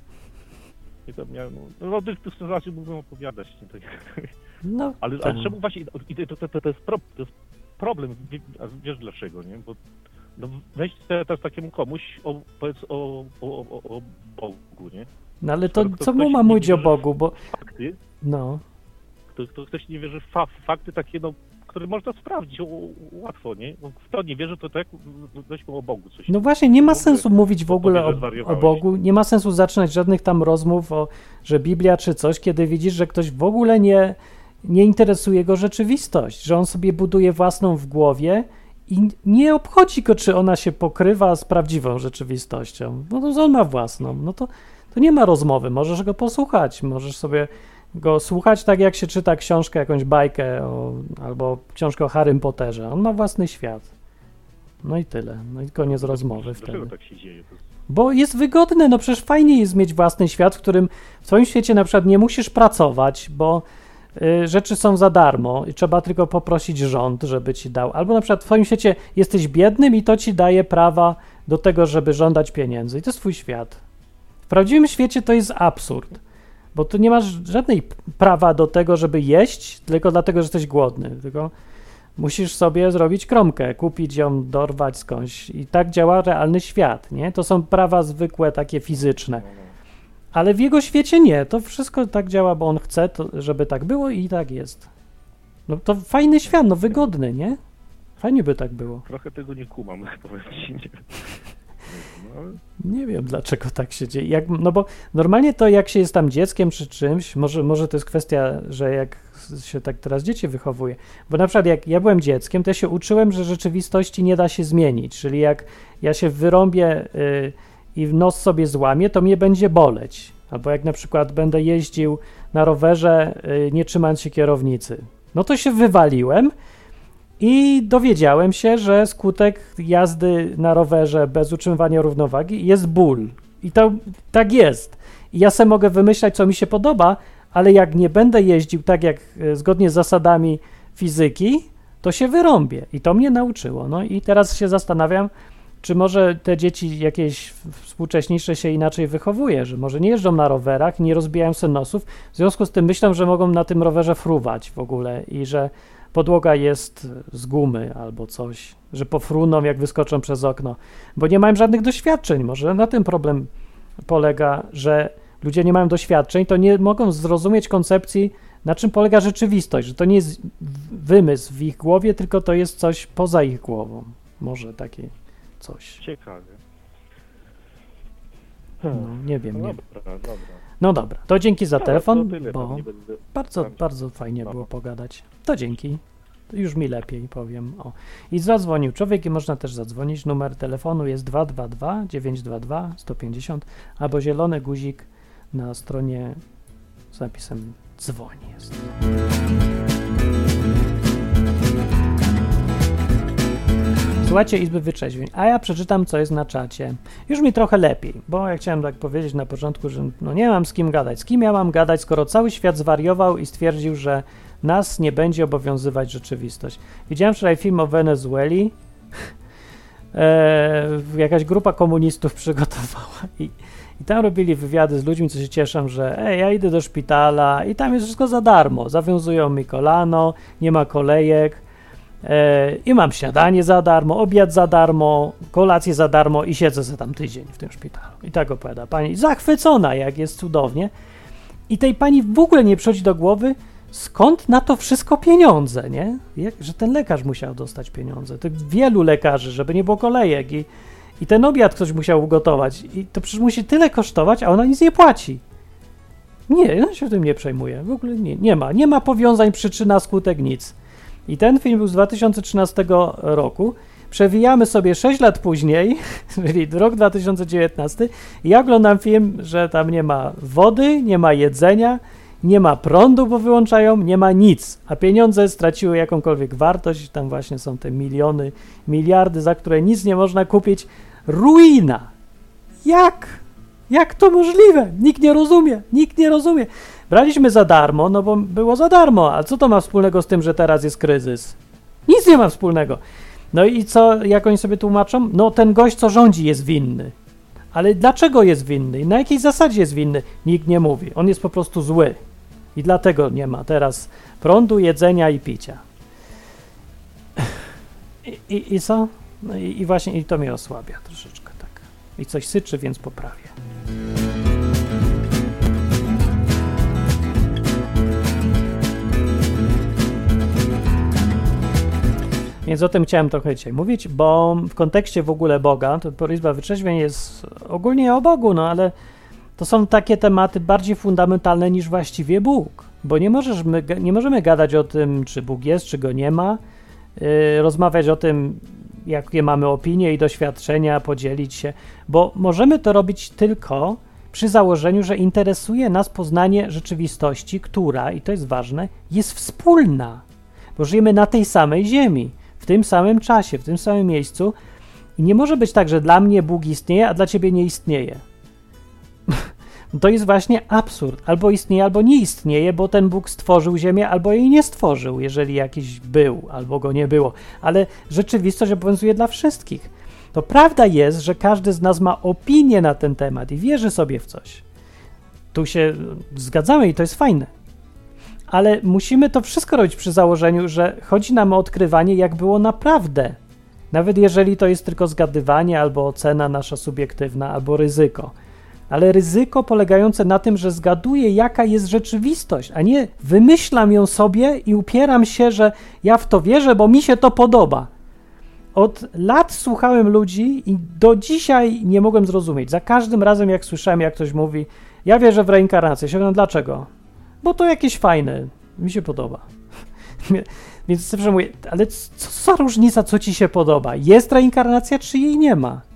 I to miałem, no, no tych, tych sytuacji mógłbym opowiadać, nie? Tak. no Ale, tak. ale czemu właśnie, i to, to, to, to, jest pro, to jest problem, wie- a wiesz dlaczego, nie? Bo no weź teraz takiemu komuś, o, powiedz o, o, o, o Bogu, nie? No ale to to co mu ktoś ma nie mówić o wierzy w Bogu, bo Fakty, no, to, to ktoś nie wierzy w fa, fakty takie, no, które można sprawdzić o, łatwo, nie? Bo w to nie wierzy, to tak, weźmy o Bogu coś. no właśnie nie ma W ogóle sensu mówić w to ogóle powie, że o, o zwariowałeś. Bogu, nie ma sensu zaczynać żadnych tam rozmów o, że Biblia czy coś, kiedy widzisz, że ktoś w ogóle nie, nie interesuje go rzeczywistość, że on sobie buduje własną w głowie i nie obchodzi go, czy ona się pokrywa z prawdziwą rzeczywistością. No to on ma własną, no to, to nie ma rozmowy, możesz go posłuchać, możesz sobie go słuchać tak, jak się czyta książkę, jakąś bajkę o, albo książkę o Harrym Potterze. On ma własny świat. No i tyle. No i koniec rozmowy Dlaczego wtedy. tak się dzieje? To jest, Bo jest wygodne, no przecież fajnie jest mieć własny świat, w którym w twoim świecie na przykład nie musisz pracować, bo y, rzeczy są za darmo i trzeba tylko poprosić rząd, żeby ci dał. Albo na przykład w twoim świecie jesteś biednym i to ci daje prawa do tego, żeby żądać pieniędzy. I to jest twój świat. W prawdziwym świecie to jest absurd, bo tu nie masz żadnej p- prawa do tego, żeby jeść, tylko dlatego, że jesteś głodny, tylko musisz sobie zrobić kromkę, kupić ją, dorwać skądś i tak działa realny świat, nie? To są prawa zwykłe, takie fizyczne, no, no. ale w jego świecie nie, to wszystko tak działa, bo on chce, to, żeby tak było i tak jest. No to fajny świat, no wygodny, nie? Fajnie by tak było. Trochę tego nie kumam, powiem ci. Nie. No, ale Nie wiem, dlaczego tak się dzieje. Jak, no bo normalnie to jak się jest tam dzieckiem czy czymś, może, może to jest kwestia, że jak się tak teraz dzieci wychowuje, bo na przykład jak ja byłem dzieckiem, to ja się uczyłem, że rzeczywistości nie da się zmienić, czyli jak ja się wyrąbię y, i w nos sobie złamię, to mnie będzie boleć, Albo jak na przykład będę jeździł na rowerze, yy, nie trzymając się kierownicy. No to się wywaliłem i dowiedziałem się, że skutek jazdy na rowerze bez utrzymywania równowagi jest ból. I to tak jest. I ja sobie mogę wymyślać, co mi się podoba, ale jak nie będę jeździł tak jak yy, zgodnie z zasadami fizyki, to się wyrąbię. I to mnie nauczyło. No i teraz się zastanawiam, czy może te dzieci jakieś współcześniejsze się inaczej wychowuje, że może nie jeżdżą na rowerach, nie rozbijają sobie nosów, w związku z tym myślą, że mogą na tym rowerze fruwać w ogóle i że podłoga jest z gumy albo coś, że pofruną jak wyskoczą przez okno, bo nie mają żadnych doświadczeń. Może na tym problem polega, że ludzie nie mają doświadczeń, to nie mogą zrozumieć koncepcji, na czym polega rzeczywistość, że to nie jest wymysł w ich głowie, tylko to jest coś poza ich głową. Może takie coś. Ciekawie. No, nie wiem, No nie dobra, dobra. No dobra, to dzięki za No, telefon, to tyle, bo tam nie będę- bardzo, tam- bardzo fajnie no. było pogadać. To dzięki. To już mi lepiej powiem. O. I zadzwonił człowiek i można też zadzwonić. Numer telefonu jest dwa dwa dwa dziewięć dwa dwa sto pięćdziesiąt albo zielony guzik na stronie z napisem dzwoń jest. Słuchajcie Izby Wytrzeźwień, a ja przeczytam, co jest na czacie. Już mi trochę lepiej, bo ja chciałem tak powiedzieć na początku, że no nie mam z kim gadać. Z kim ja mam gadać, skoro cały świat zwariował i stwierdził, że nas nie będzie obowiązywać rzeczywistość. Widziałem wczoraj film o Wenezueli. e, jakaś grupa komunistów przygotowała i, i tam robili wywiady z ludźmi, co się cieszą, że ej, ja idę do szpitala i tam jest wszystko za darmo. Zawiązują mi kolano, nie ma kolejek. I mam śniadanie za darmo, obiad za darmo, kolację za darmo i siedzę za tam tydzień w tym szpitalu. I tak opowiada pani, zachwycona, jak jest cudownie. I tej pani w ogóle nie przychodzi do głowy, skąd na to wszystko pieniądze, nie? Jak, że ten lekarz musiał dostać pieniądze. Tych wielu lekarzy, żeby nie było kolejek i, i ten obiad ktoś musiał ugotować. I to przecież musi tyle kosztować, a ona nic nie płaci. Nie, on się tym nie przejmuje. W ogóle nie, nie ma. Nie ma powiązań przyczyna, skutek, nic. I ten film był z dwa tysiące trzynastego roku. Przewijamy sobie sześć lat później, czyli rok dwa tysiące dziewiętnasty. I ja oglądam film, że tam nie ma wody, nie ma jedzenia, nie ma prądu, bo wyłączają, nie ma nic. A pieniądze straciły jakąkolwiek wartość. Tam właśnie są te miliony, miliardy, za które nic nie można kupić. Ruina! Jak? Jak to możliwe? Nikt nie rozumie, nikt nie rozumie. Braliśmy za darmo, no bo było za darmo, a co to ma wspólnego z tym, że teraz jest kryzys? Nic nie ma wspólnego. No i co, jak oni sobie tłumaczą? No ten gość, co rządzi, jest winny. Ale dlaczego jest winny i na jakiej zasadzie jest winny? Nikt nie mówi. On jest po prostu zły. I dlatego nie ma teraz prądu, jedzenia i picia. I, i, i co? No i, i właśnie i to mnie osłabia troszeczkę, tak. I coś syczy, więc poprawię. Więc o tym chciałem trochę dzisiaj mówić, bo w kontekście w ogóle Boga, to Izba Wytrzeźwień jest ogólnie o Bogu, no ale to są takie tematy bardziej fundamentalne niż właściwie Bóg, bo nie, możesz my, nie możemy gadać o tym, czy Bóg jest, czy Go nie ma, yy, rozmawiać o tym, jakie mamy opinie i doświadczenia, podzielić się, bo możemy to robić tylko przy założeniu, że interesuje nas poznanie rzeczywistości, która, i to jest ważne, jest wspólna, bo żyjemy na tej samej ziemi, w tym samym czasie, w tym samym miejscu i nie może być tak, że dla mnie Bóg istnieje, a dla ciebie nie istnieje. To jest właśnie absurd. Albo istnieje, albo nie istnieje, bo ten Bóg stworzył ziemię, albo jej nie stworzył, jeżeli jakiś był, albo go nie było. Ale rzeczywistość obowiązuje dla wszystkich. To prawda jest, że każdy z nas ma opinię na ten temat i wierzy sobie w coś. Tu się zgadzamy i to jest fajne. Ale musimy to wszystko robić przy założeniu, że chodzi nam o odkrywanie, jak było naprawdę. Nawet jeżeli to jest tylko zgadywanie, albo ocena nasza subiektywna, albo ryzyko. Ale ryzyko polegające na tym, że zgaduję, jaka jest rzeczywistość, a nie wymyślam ją sobie i upieram się, że ja w to wierzę, bo mi się to podoba. Od lat słuchałem ludzi i do dzisiaj nie mogłem zrozumieć. Za każdym razem, jak słyszałem, jak ktoś mówi, ja wierzę w reinkarnację. Się wiem, dlaczego? Bo to jakieś fajne, mi się podoba. Więc zawsze mówię, ale co za różnica, co ci się podoba? Jest reinkarnacja, czy jej nie ma?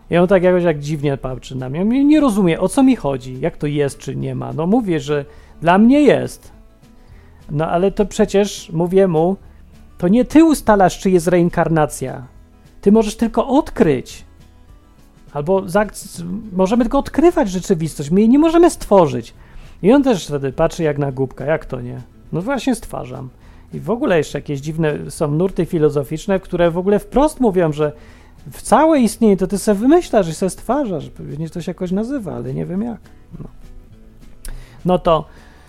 I on tak jakoś jak dziwnie patrzy na mnie. Nie, nie rozumie, o co mi chodzi, jak to jest, czy nie ma. No mówię, że dla mnie jest. No ale to przecież, mówię mu, to nie ty ustalasz, czy jest reinkarnacja. Ty możesz tylko odkryć. Albo za, możemy tylko odkrywać rzeczywistość. My jej nie możemy stworzyć. I on też wtedy patrzy jak na głupka. Jak to nie? No właśnie stwarzam. I w ogóle jeszcze jakieś dziwne są nurty filozoficzne, które w ogóle wprost mówią, że w całe istnienie to ty sobie wymyślasz i sobie stwarzasz. Pewnie to się jakoś nazywa, ale nie wiem jak. No, no to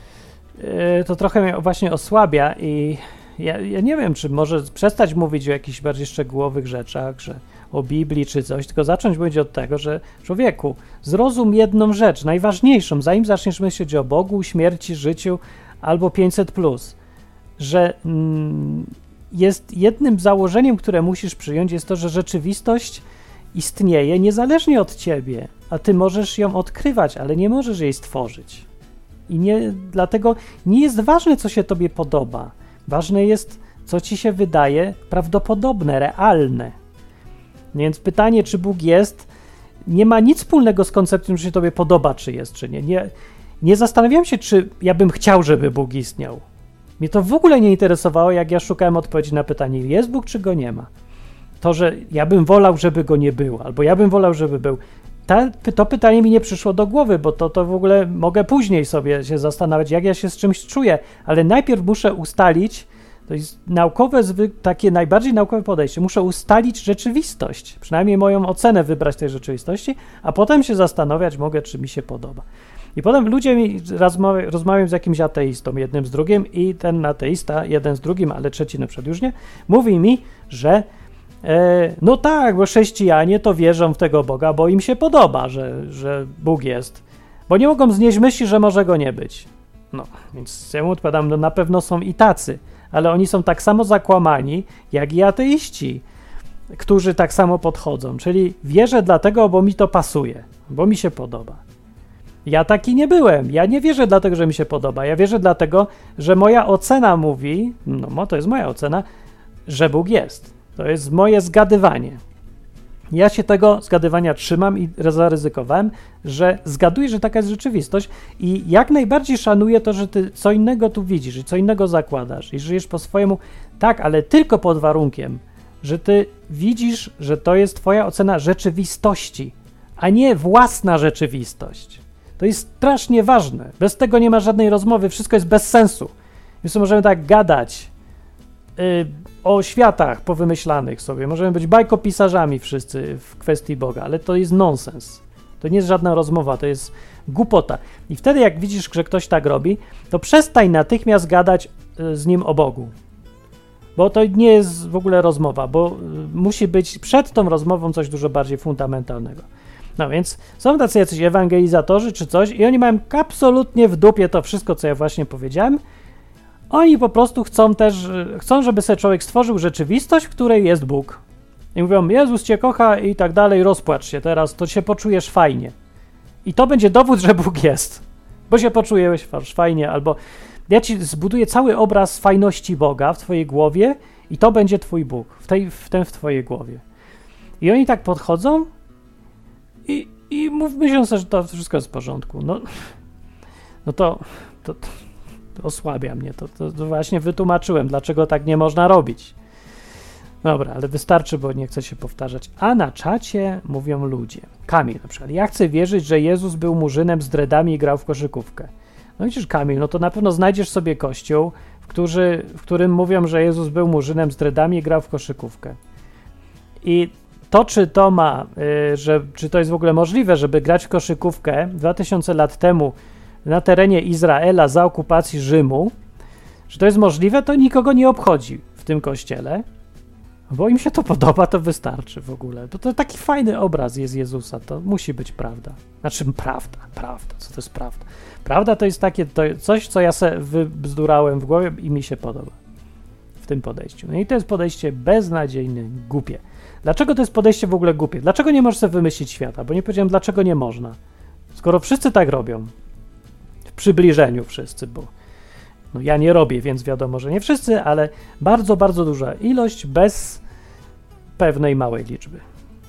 yy, to trochę mnie właśnie osłabia i ja, ja nie wiem, czy może przestać mówić o jakichś bardziej szczegółowych rzeczach, że o Biblii czy coś, tylko zacząć mówić od tego, że człowieku, zrozum jedną rzecz, najważniejszą, zanim zaczniesz myśleć o Bogu, śmierci, życiu albo pięćset plus, że mm, jest jednym założeniem, które musisz przyjąć, jest to, że rzeczywistość istnieje niezależnie od ciebie, a ty możesz ją odkrywać, ale nie możesz jej stworzyć. I nie, dlatego nie jest ważne, co się tobie podoba. Ważne jest, co ci się wydaje prawdopodobne, realne. Więc pytanie, czy Bóg jest, nie ma nic wspólnego z koncepcją, czy się tobie podoba, czy jest, czy nie. Nie, nie zastanawiam się, czy ja bym chciał, żeby Bóg istniał. Mnie to w ogóle nie interesowało, jak ja szukałem odpowiedzi na pytanie, jest Bóg, czy go nie ma. To, że ja bym wolał, żeby go nie było, albo ja bym wolał, żeby był. Ta, to pytanie mi nie przyszło do głowy, bo to, to w ogóle mogę później sobie się zastanawiać, jak ja się z czymś czuję, ale najpierw muszę ustalić, to jest naukowe, takie najbardziej naukowe podejście, muszę ustalić rzeczywistość, przynajmniej moją ocenę wybrać tej rzeczywistości, a potem się zastanawiać mogę, czy mi się podoba. I potem ludzie mi rozmawia, rozmawiają z jakimś ateistą, jednym z drugim i ten ateista, jeden z drugim, ale trzeci na przykład już nie, mówi mi, że e, no tak, bo chrześcijanie to wierzą w tego Boga, bo im się podoba, że, że Bóg jest, bo nie mogą znieść myśli, że może go nie być. No, więc ja mu odpowiadam, no na pewno są i tacy, ale oni są tak samo zakłamani, jak i ateiści, którzy tak samo podchodzą, czyli wierzę dlatego, bo mi to pasuje, bo mi się podoba. Ja taki nie byłem. Ja nie wierzę dlatego, że mi się podoba. Ja wierzę dlatego, że moja ocena mówi, no to jest moja ocena, że Bóg jest. To jest moje zgadywanie. Ja się tego zgadywania trzymam i zaryzykowałem, że zgaduję, że taka jest rzeczywistość i jak najbardziej szanuję to, że ty co innego tu widzisz i co innego zakładasz i żyjesz po swojemu. Tak, ale tylko pod warunkiem, że ty widzisz, że to jest twoja ocena rzeczywistości, a nie własna rzeczywistość. To jest strasznie ważne. Bez tego nie ma żadnej rozmowy, wszystko jest bez sensu. Więc możemy tak gadać yy, o światach powymyślanych sobie. Możemy być bajkopisarzami wszyscy w kwestii Boga, ale to jest nonsens. To nie jest żadna rozmowa, to jest głupota. I wtedy jak widzisz, że ktoś tak robi, to przestań natychmiast gadać yy, z nim o Bogu. Bo to nie jest w ogóle rozmowa, bo yy, musi być przed tą rozmową coś dużo bardziej fundamentalnego. No więc są tacy jacyś ewangelizatorzy czy coś i oni mają absolutnie w dupie to wszystko, co ja właśnie powiedziałem. Oni po prostu chcą też, chcą, żeby sobie człowiek stworzył rzeczywistość, w której jest Bóg. I mówią, Jezus cię kocha i tak dalej, rozpłacz się teraz, to się poczujesz fajnie. I to będzie dowód, że Bóg jest, bo się poczujesz fajnie, albo ja ci zbuduję cały obraz fajności Boga w twojej głowie i to będzie twój Bóg, w, tej, w tym w twojej głowie. I oni tak podchodzą I, i mów, myślą sobie, że to wszystko jest w porządku. No, no to, to, to osłabia mnie. To, to, to właśnie wytłumaczyłem, dlaczego tak nie można robić. Dobra, ale wystarczy, bo nie chcę się powtarzać. A na czacie mówią ludzie. Kamil na przykład. Ja chcę wierzyć, że Jezus był murzynem z dreadami i grał w koszykówkę. No widzisz, Kamil, no to na pewno znajdziesz sobie kościół, w, którzy, w którym mówią, że Jezus był murzynem z dreadami i grał w koszykówkę. I to, czy to ma, y, że, czy to jest w ogóle możliwe, żeby grać w koszykówkę dwa tysiące lat temu na terenie Izraela za okupacji Rzymu, że to jest możliwe, to nikogo nie obchodzi w tym kościele, bo im się to podoba, to wystarczy w ogóle. To, to taki fajny obraz jest Jezusa, to musi być prawda. Znaczy prawda, prawda, co to jest prawda? Prawda to jest takie to coś, co ja se wybzdurałem w głowie i mi się podoba w tym podejściu. No i to jest podejście beznadziejne, głupie. Dlaczego to jest podejście w ogóle głupie? Dlaczego nie możesz sobie wymyślić świata? Bo nie powiedziałem, dlaczego nie można. Skoro wszyscy tak robią, w przybliżeniu wszyscy, bo no ja nie robię, więc wiadomo, że nie wszyscy, ale bardzo, bardzo duża ilość bez pewnej małej liczby.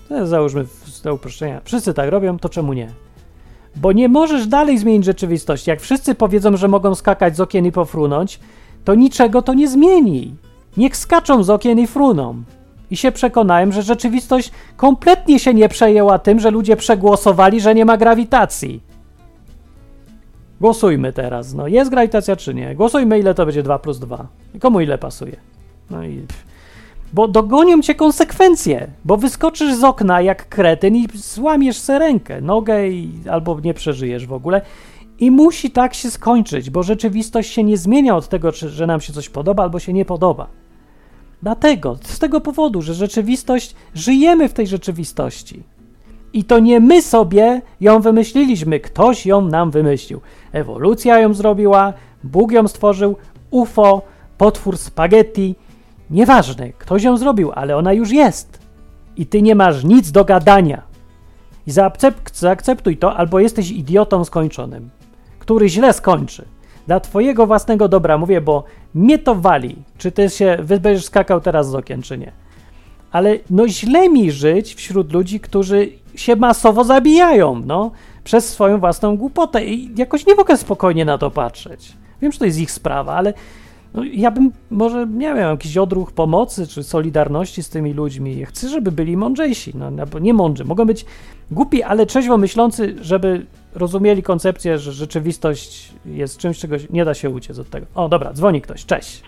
No, załóżmy do uproszczenia. Wszyscy tak robią, to czemu nie? Bo nie możesz dalej zmienić rzeczywistości. Jak wszyscy powiedzą, że mogą skakać z okien i pofrunąć, to niczego to nie zmieni. Niech skaczą z okien i fruną. I się przekonałem, że rzeczywistość kompletnie się nie przejęła tym, że ludzie przegłosowali, że nie ma grawitacji. Głosujmy teraz. No, jest grawitacja czy nie? Głosujmy, ile to będzie dwa plus dwa. I komu ile pasuje. No i... Bo dogonią cię konsekwencje, bo wyskoczysz z okna jak kretyn i złamiesz se rękę, nogę i, albo nie przeżyjesz w ogóle. I musi tak się skończyć, bo rzeczywistość się nie zmienia od tego, czy, że nam się coś podoba albo się nie podoba. Dlatego, z tego powodu, że rzeczywistość, żyjemy w tej rzeczywistości. I to nie my sobie ją wymyśliliśmy, ktoś ją nam wymyślił. Ewolucja ją zrobiła, Bóg ją stworzył, U F O, potwór spaghetti. Nieważne, ktoś ją zrobił, ale ona już jest. I ty nie masz nic do gadania. I zaakcept, zaakceptuj to, albo jesteś idiotą skończonym, który źle skończy. Dla twojego własnego dobra mówię, bo mnie to wali, czy ty się wy będziesz skakał teraz z okien, czy nie. Ale no źle mi żyć wśród ludzi, którzy się masowo zabijają, no, przez swoją własną głupotę i jakoś nie mogę spokojnie na to patrzeć. Wiem, że to jest ich sprawa, ale no, ja bym może, nie wiem, jakiś odruch pomocy czy solidarności z tymi ludźmi. Chcę, żeby byli mądrzejsi, no, nie mądrzy. Mogą być głupi, ale trzeźwo myślący, żeby rozumieli koncepcję, że rzeczywistość jest czymś, czego nie da się uciec od tego. O, dobra, dzwoni ktoś. Cześć.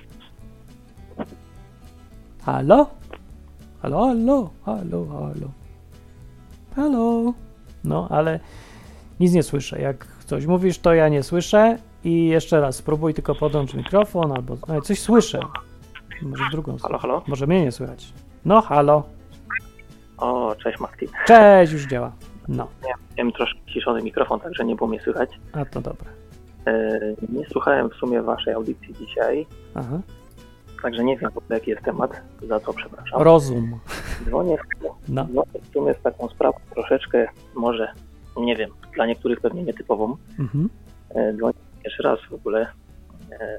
Halo? Halo, halo, halo, halo. Halo. No, ale nic nie słyszę. Jak coś mówisz, to ja nie słyszę. I jeszcze raz, spróbuj tylko podłączyć mikrofon albo... No, coś słyszę. Może w drugą stronę. Halo, halo? Może mnie nie słychać. No, halo. O, cześć Martin. Cześć, już działa. No. Nie, miałem troszkę ciszony mikrofon, także nie było mnie słychać. A to dobra. E, nie słuchałem w sumie waszej audycji dzisiaj, Aha. także nie wiem w ogóle jaki jest temat, za co przepraszam. Rozum. Dzwonię, No. dzwonię w sumie z taką sprawą troszeczkę, może, nie wiem, dla niektórych pewnie nietypową. Mhm. E, dzwonię pierwszy raz w ogóle. E,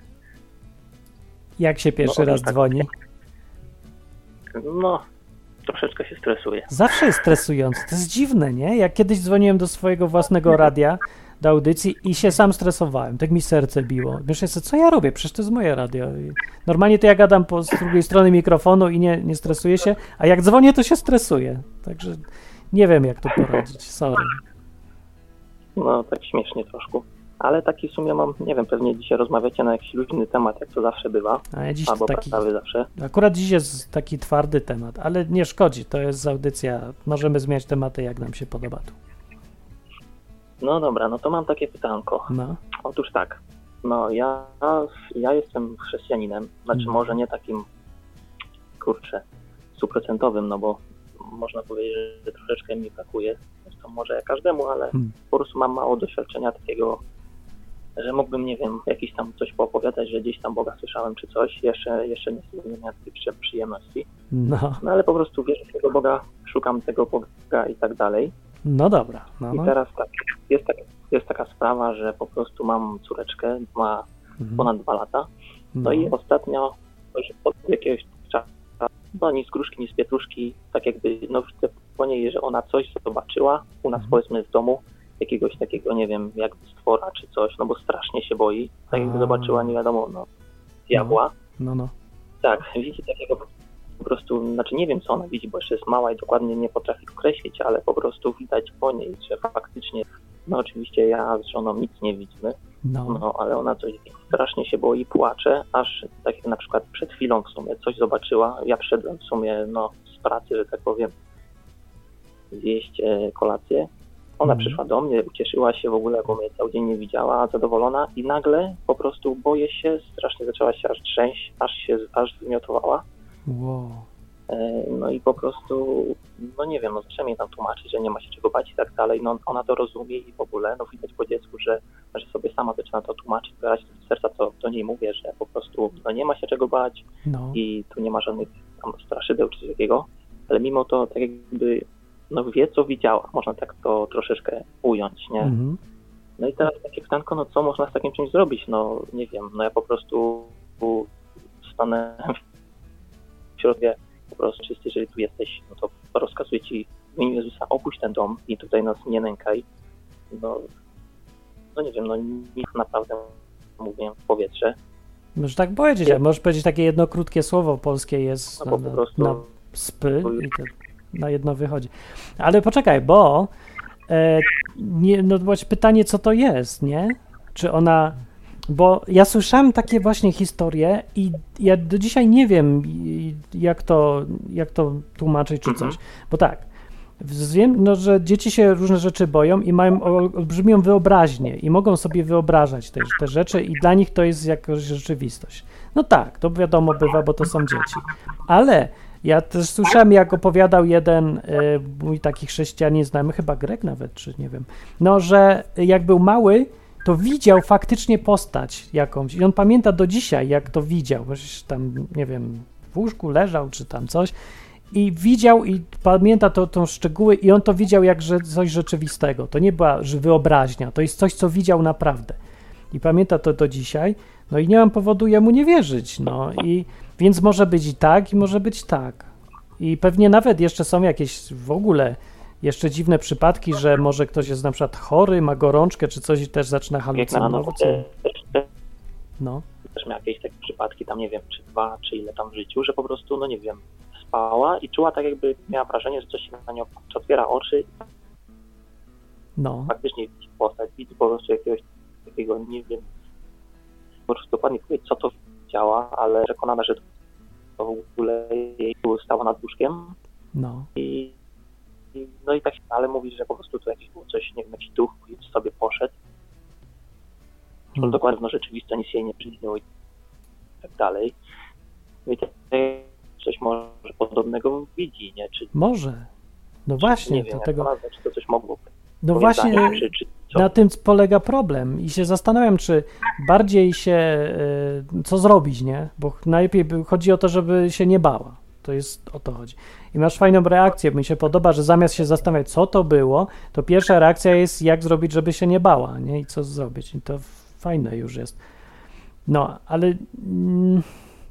Jak się pierwszy No, raz tak. dzwoni? no, troszeczkę się stresuję. Zawsze jest stresujące. To jest dziwne, nie? Jak kiedyś dzwoniłem do swojego własnego radia, do audycji i się sam stresowałem. Tak mi serce biło. Myślę sobie, co ja robię? Przecież to jest moje radio. I normalnie to ja gadam po z drugiej strony mikrofonu i nie, nie stresuję się, a jak dzwonię, to się stresuję. Także nie wiem, jak to poradzić. Sorry. No, tak śmiesznie troszkę. Ale taki w sumie mam, nie wiem, pewnie dzisiaj rozmawiacie na jakiś luźny temat, jak to zawsze bywa. A ja dziś Albo taki... prawie zawsze. Akurat dziś jest taki twardy temat, ale nie szkodzi. To jest audycja. Możemy zmieniać tematy, jak nam się podoba tu. No dobra, no to mam takie pytanko. No. Otóż tak, no ja, ja jestem chrześcijaninem, znaczy Mhm. może nie takim, kurczę, stuprocentowym, no bo można powiedzieć, że troszeczkę mi brakuje, zresztą może jak każdemu, ale Hmm. po prostu mam mało doświadczenia takiego, że mógłbym, nie wiem, jakiś tam coś poopowiadać, że gdzieś tam Boga słyszałem czy coś, jeszcze, jeszcze nie miałem takiej przyjemności, No. no ale po prostu wierzę w tego Boga, szukam tego Boga i tak dalej. No dobra. No, I no. teraz tak, jest, tak, jest taka sprawa, że po prostu mam córeczkę, ma Mhm. ponad dwa lata, no, No. i ostatnio już od jakiegoś czasu, no ni z gruszki, ni z pietruszki, tak jakby, no widzę po niej, że ona coś zobaczyła u nas, Mhm. powiedzmy w domu, jakiegoś takiego, nie wiem, jakby stwora czy coś, no bo strasznie się boi, tak jakby A. zobaczyła, nie wiadomo, no, diabła. No, no. Tak, widzi takiego po prostu, znaczy nie wiem co ona widzi, bo jeszcze jest mała i dokładnie nie potrafi określić, ale po prostu widać po niej, że faktycznie, no oczywiście ja z żoną nic nie widzimy, No. no ale ona coś strasznie się boi, płacze, aż tak jak na przykład przed chwilą w sumie coś zobaczyła, ja przyszedłem w sumie no z pracy, że tak powiem, zjeść e, kolację. Ona Mhm. przyszła do mnie, ucieszyła się w ogóle, bo mnie cały dzień nie widziała, zadowolona i nagle po prostu boję się, strasznie zaczęła się aż trzęść, aż się aż wymiotowała. Wow. E, No i po prostu, no nie wiem, no zaczęła mnie tam tłumaczyć, że nie ma się czego bać i tak dalej. No ona to rozumie i w ogóle, no widać po dziecku, że, że sobie sama zaczyna to tłumaczyć, brać do serca, co do niej mówię, że po prostu no nie ma się czego bać No. i tu nie ma żadnych tam straszydeł czy coś takiego, ale mimo to tak jakby no wie, co widziała, można tak to troszeczkę ująć, nie? Mhm. No i teraz takie pytanko, no co można z takim czymś zrobić? No nie wiem, no ja po prostu stanę w środku, po prostu, jeżeli tu jesteś, no to rozkazuje ci w imieniu Jezusa opuść ten dom i tutaj nas nie nękaj, no, no nie wiem, no nic naprawdę, mówię, w powietrze. Możesz tak powiedzieć, a możesz powiedzieć takie jedno krótkie słowo polskie jest No, na, po prostu... na spy i to na jedno wychodzi. Ale poczekaj, bo e, nie, no właśnie pytanie, co to jest, nie? Czy ona... Bo ja słyszałem takie właśnie historie i ja do dzisiaj nie wiem, jak to, jak to tłumaczyć czy coś. Bo tak, wiem, no, że dzieci się różne rzeczy boją i mają olbrzymią wyobraźnię i mogą sobie wyobrażać te, te rzeczy i dla nich to jest jakaś rzeczywistość. No tak, to wiadomo bywa, bo to są dzieci. Ale ja też słyszałem, jak opowiadał jeden y, mój taki chrześcijanin znajomy, chyba Grek nawet, czy nie wiem, no, że jak był mały, to widział faktycznie postać jakąś i on pamięta do dzisiaj, jak to widział, bo tam, nie wiem, w łóżku leżał czy tam coś i widział i pamięta to, tą szczegóły i on to widział jak że coś rzeczywistego. To nie była wyobraźnia, to jest coś, co widział naprawdę i pamięta to do dzisiaj, no i nie mam powodu jemu nie wierzyć, no i więc może być i tak i może być tak i pewnie nawet jeszcze są jakieś w ogóle jeszcze dziwne przypadki, że może ktoś jest na przykład chory, ma gorączkę czy coś i też zaczyna halucynować. No. Też miała jakieś takie przypadki, tam nie wiem, czy dwa, czy ile tam w życiu, że po prostu, no nie wiem, spała i czuła tak jakby, miała wrażenie, że coś się na nią otwiera oczy. No. Faktycznie widzi postać, widzi po prostu jakiegoś takiego, nie wiem, po prostu dokładnie powiedzieć, co to działa, ale przekonana, że to w ogóle jej stało nad łóżkiem. No. I I, no i tak, ale mówi, że po prostu to jakieś było coś, nie wiem, jakiś duch i sobie poszedł. Hmm. Dokładnie, no rzeczywisto nic jej nie przyśniło i tak dalej. No i tak coś może podobnego widzi, nie? Czy, może. No czy, właśnie. nie wiem, dlatego... jak to nazwać, czy to coś mogło. No właśnie, zdanie, czy, czy na tym polega problem i się zastanawiam, czy bardziej się, y, co zrobić, nie? Bo najlepiej chodzi o to, żeby się nie bała. To jest, o to chodzi. I masz fajną reakcję, mi się podoba, że zamiast się zastanawiać, co to było, to pierwsza reakcja jest, jak zrobić, żeby się nie bała, nie? I co zrobić. I to fajne już jest. No, ale mm,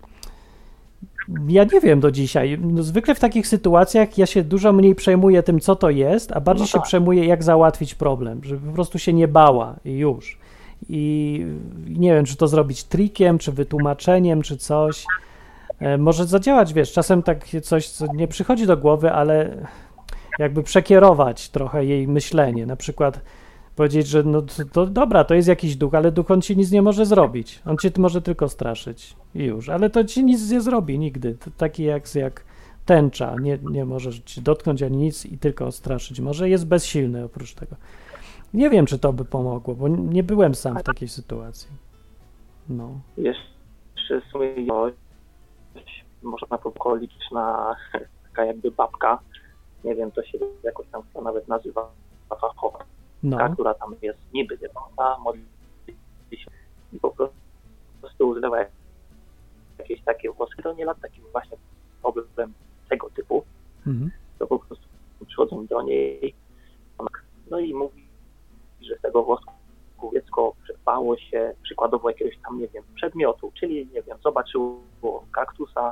ja nie wiem do dzisiaj. No, zwykle w takich sytuacjach ja się dużo mniej przejmuję tym, co to jest, a bardziej no tak. się przejmuję, jak załatwić problem, żeby po prostu się nie bała i już. I nie wiem, czy to zrobić trikiem, czy wytłumaczeniem, czy coś. Może zadziałać, wiesz, czasem tak coś, co nie przychodzi do głowy, ale jakby przekierować trochę jej myślenie, na przykład powiedzieć, że no to, to dobra, to jest jakiś duch, ale duch on ci nic nie może zrobić, on cię może tylko straszyć i już, ale to ci nic nie zrobi nigdy, to taki jak, jak tęcza, nie, nie może ci dotknąć ani nic i tylko straszyć, może jest bezsilny oprócz tego. Nie wiem, czy to by pomogło, bo nie byłem sam w takiej sytuacji. No. Jeszcze w sumie można powiedzieć na taka jakby babka, nie wiem, to się jakoś tam to nawet nazywa fachowa, no. która tam jest niby wierząca, modli się i po prostu używa jakieś takie włoski, to nie lat taki właśnie problem tego typu, mhm. to po prostu przychodzą do niej, no i mówi, że z tego włosku dziecko przerwało się przykładowo jakiegoś tam, nie wiem, przedmiotu, czyli, nie wiem, zobaczyło kaktusa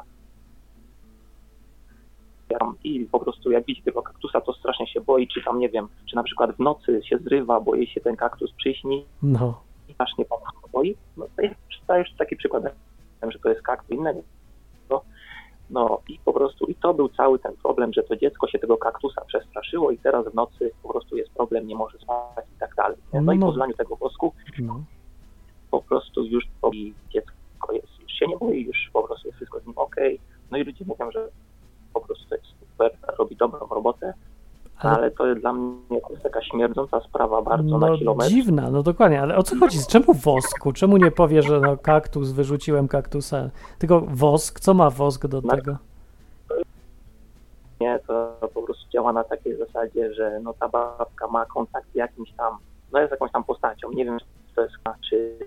i po prostu jak widzi tego kaktusa, to strasznie się boi, czy tam, nie wiem, czy na przykład w nocy się zrywa, bo jej się ten kaktus przyśni no. i strasznie po prostu boi. No to jest, to jest taki przykład, że to jest kaktus innego. No i po prostu, i to był cały ten problem, że to dziecko się tego kaktusa przestraszyło i teraz w nocy po prostu jest problem, nie może spać i tak dalej. No, no i po zlaniu tego wosku no. po prostu już i dziecko jest, już się nie boi, już po prostu jest wszystko z nim okej. Okay. No i ludzie mówią, że po prostu to jest super, robi dobrą robotę, ale, ale to jest dla mnie to jest taka śmierdząca sprawa bardzo no, na kilometr. Dziwna, no dokładnie, ale o co chodzi? Czemu wosku? Czemu nie powie, że no kaktus, wyrzuciłem kaktusa, tylko wosk? Co ma wosk do no, tego? Nie, to po prostu działa na takiej zasadzie, że no ta babka ma kontakt z jakimś tam, no jest jakąś tam postacią, nie wiem, czy to jest, czy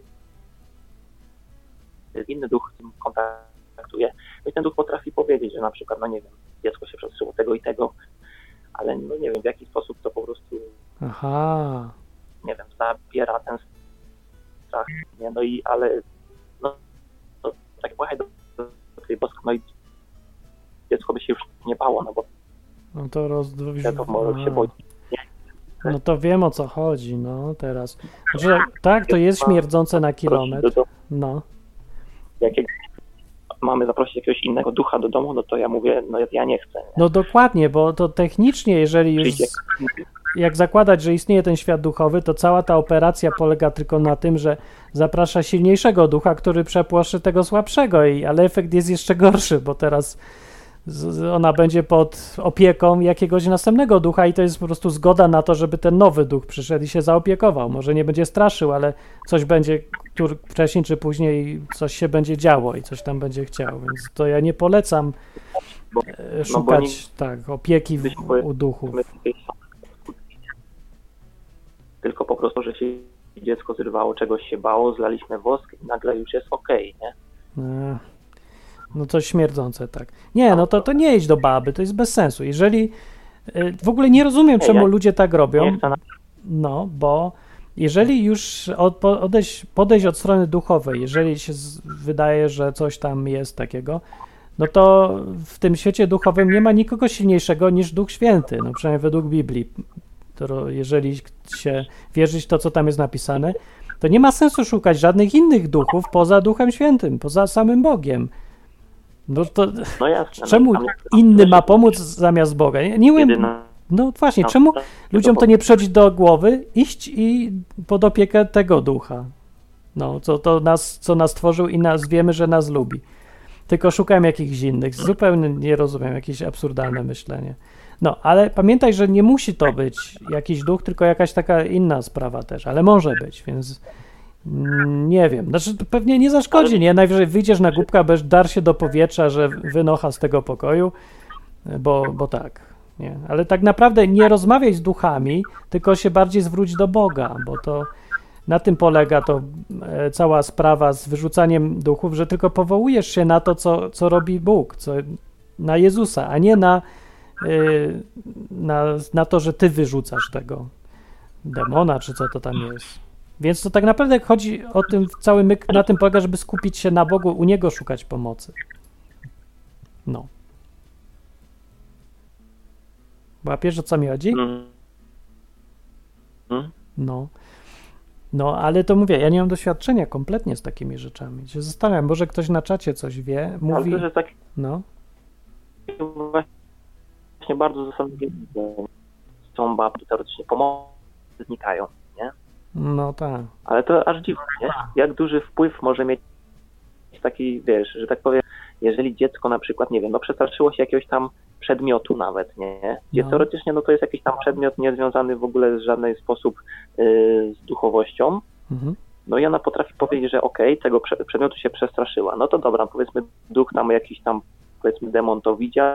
inny duch z tym kontaktuje. No i ten duch potrafi powiedzieć, że na przykład, no nie wiem, dziecko się przestraszyło tego i tego, ale no nie wiem, w jaki sposób to po prostu, aha, nie wiem, zabiera ten strach, nie, no i, ale, no, to tak pojechać do, do tej boskiej, no i dziecko by się już nie bało, no bo No to roz... Ja to może się boi. No to wiem, o co chodzi, no teraz. Znaczy, tak, to jest śmierdzące na kilometr. No. Jak mamy zaprosić jakiegoś innego ducha do domu, no to ja mówię, no ja nie chcę. Nie? No dokładnie, bo to technicznie, jeżeli już... Z... Jak zakładać, że istnieje ten świat duchowy, to cała ta operacja polega tylko na tym, że zaprasza silniejszego ducha, który przepłoszy tego słabszego, i, ale efekt jest jeszcze gorszy, bo teraz z, ona będzie pod opieką jakiegoś następnego ducha i to jest po prostu zgoda na to, żeby ten nowy duch przyszedł i się zaopiekował. Może nie będzie straszył, ale coś będzie, który wcześniej czy później coś się będzie działo i coś tam będzie chciał, więc to ja nie polecam bo, szukać no nie, tak, opieki w, u duchów. Tylko po prostu, że się dziecko zrywało, czegoś się bało, zlaliśmy wosk i nagle już jest okej, okay, nie? No to śmierdzące, tak. Nie, no to, to nie idź do baby, to jest bez sensu. Jeżeli, w ogóle nie rozumiem, czemu ludzie tak robią, no, bo jeżeli już od, odejść, podejść od strony duchowej, jeżeli się z, wydaje, że coś tam jest takiego, no to w tym świecie duchowym nie ma nikogo silniejszego niż Duch Święty, no przynajmniej według Biblii. To jeżeli się wierzyć w to, co tam jest napisane, to nie ma sensu szukać żadnych innych duchów poza Duchem Świętym, poza samym Bogiem. No to no jasne, czemu no, inny ma pomóc zamiast Boga? Nie, nie wiem, no właśnie, no, czemu to, ludziom to nie przychodzi do głowy iść i pod opiekę tego ducha, no, co, to nas, co nas stworzył i nas wiemy, że nas lubi. Tylko szukałem jakichś innych. Zupełnie nie rozumiem, jakieś absurdalne myślenie. No, ale pamiętaj, że nie musi to być jakiś duch, tylko jakaś taka inna sprawa też, ale może być, więc nie wiem. Znaczy, to pewnie nie zaszkodzi, nie? Najwyżej wyjdziesz na głupka, będziesz dar się do powietrza, że wynocha z tego pokoju, bo, bo tak, nie? Ale tak naprawdę nie rozmawiaj z duchami, tylko się bardziej zwróć do Boga, bo to na tym polega to e, cała sprawa z wyrzucaniem duchów, że tylko powołujesz się na to, co, co robi Bóg, co, na Jezusa, a nie na Na, na to, że ty wyrzucasz tego demona, czy co to tam jest. Więc to tak naprawdę chodzi o tym, cały myk na tym polega, żeby skupić się na Bogu, u Niego szukać pomocy. No. Łapiesz, o co mi chodzi? No. No, ale to mówię, ja nie mam doświadczenia kompletnie z takimi rzeczami. Się zastanawiam, może ktoś na czacie coś wie, mówi... Ale to, że tak... No. Właśnie bardzo zasadnie są babki, teoretycznie pomocy znikają, nie? No tak. Ale to aż dziwne, nie? Jak duży wpływ może mieć taki, wiesz, że tak powiem, jeżeli dziecko na przykład, nie wiem, no przestraszyło się jakiegoś tam przedmiotu nawet, nie? Gdzie no. teoretycznie no to jest jakiś tam przedmiot niezwiązany w ogóle w żaden sposób yy, z duchowością, mhm. No i ona potrafi powiedzieć, że okej, okay, tego przedmiotu się przestraszyła. No to dobra, powiedzmy duch tam jakiś tam, powiedzmy demon to widział,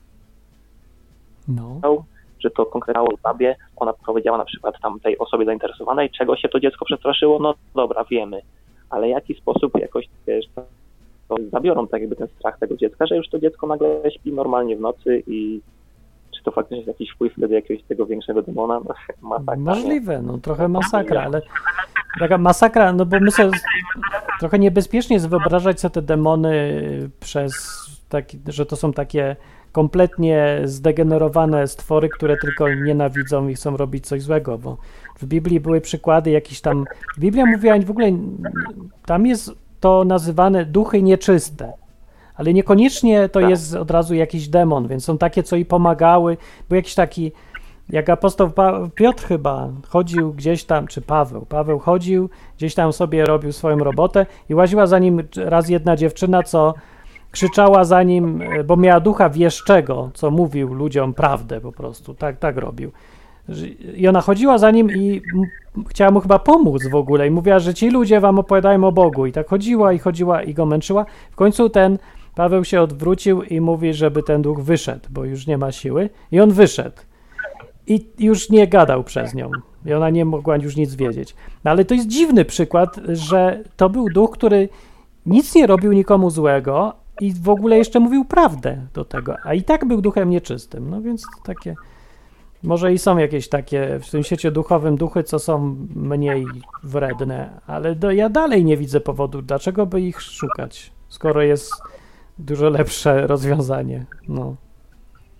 no. że to konkretnie babie, ona powiedziała na przykład tam tej osobie zainteresowanej, czego się to dziecko przestraszyło, no dobra, wiemy, ale jaki sposób jakoś, wiesz, to zabiorą tak jakby ten strach tego dziecka, że już to dziecko nagle śpi normalnie w nocy i czy to faktycznie jest jakiś wpływ wtedy jakiegoś tego większego demona? No, masakra. Możliwe, no trochę masakra, ale taka masakra, no bo my sobie trochę niebezpiecznie jest wyobrażać sobie te demony przez taki, że to są takie kompletnie zdegenerowane stwory, które tylko nienawidzą i chcą robić coś złego, bo w Biblii były przykłady jakiś tam, Biblia mówiła w ogóle, tam jest to nazywane duchy nieczyste, ale niekoniecznie to jest od razu jakiś demon, więc są takie, co i pomagały, był jakiś taki, jak apostoł pa- Piotr chyba chodził gdzieś tam, czy Paweł, Paweł chodził, gdzieś tam sobie robił swoją robotę i łaziła za nim raz jedna dziewczyna, co krzyczała za nim, bo miała ducha wieszczego, co mówił ludziom prawdę po prostu, tak, tak robił. I ona chodziła za nim i chciała mu chyba pomóc w ogóle i mówiła, że ci ludzie wam opowiadają o Bogu i tak chodziła i chodziła i go męczyła. W końcu ten Paweł się odwrócił i mówi, żeby ten duch wyszedł, bo już nie ma siły i on wyszedł i już nie gadał przez nią i ona nie mogła już nic wiedzieć. No ale to jest dziwny przykład, że to był duch, który nic nie robił nikomu złego i w ogóle jeszcze mówił prawdę do tego, a i tak był duchem nieczystym. No więc takie, może i są jakieś takie w tym świecie duchowym duchy, co są mniej wredne, ale do, ja dalej nie widzę powodu, dlaczego by ich szukać, skoro jest dużo lepsze rozwiązanie. No.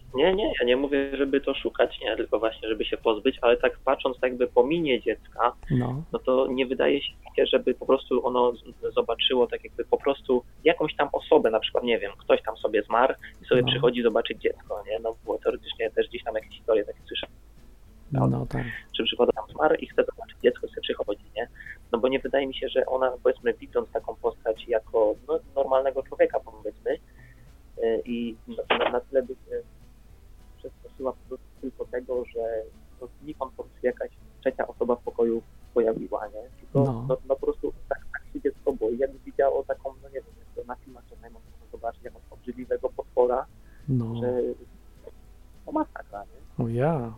Nie, nie, ja nie mówię, żeby to szukać, nie, tylko właśnie, żeby się pozbyć, ale tak patrząc tak jakby po minie dziecka, No, no to nie wydaje się, żeby po prostu ono z- zobaczyło tak jakby po prostu jakąś tam osobę, na przykład, nie wiem, ktoś tam sobie zmarł i sobie No. przychodzi zobaczyć dziecko, nie, no bo teoretycznie też gdzieś tam jakieś historie takie słyszę, no tak. czy przychodzi tam zmarł i chce zobaczyć dziecko, sobie przychodzi, nie, no bo nie wydaje mi się, że ona, powiedzmy, widząc taką postać jako no, normalnego człowieka, powiedzmy, yy, i na, na, na tyle by się przestraszyła po prostu tylko tego, że no, znikąd po prostu jakaś trzecia osoba w pokoju pojawiła, nie? Tylko No. no, no po prostu tak, tak się dziecko boi. Jakby widziało taką, no nie wiem, jak to na filmach czasami można zobaczyć jakąś obrzydliwego potwora, No, że to masakra, nie? o ja.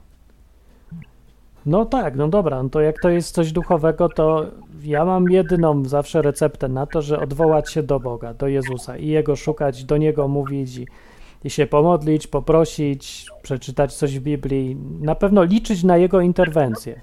No tak, no dobra, no to jak to jest coś duchowego, to ja mam jedyną zawsze receptę na to, że odwołać się do Boga, do Jezusa i Jego szukać, do Niego mówić i, i się pomodlić, poprosić, przeczytać coś w Biblii, na pewno liczyć na Jego interwencję.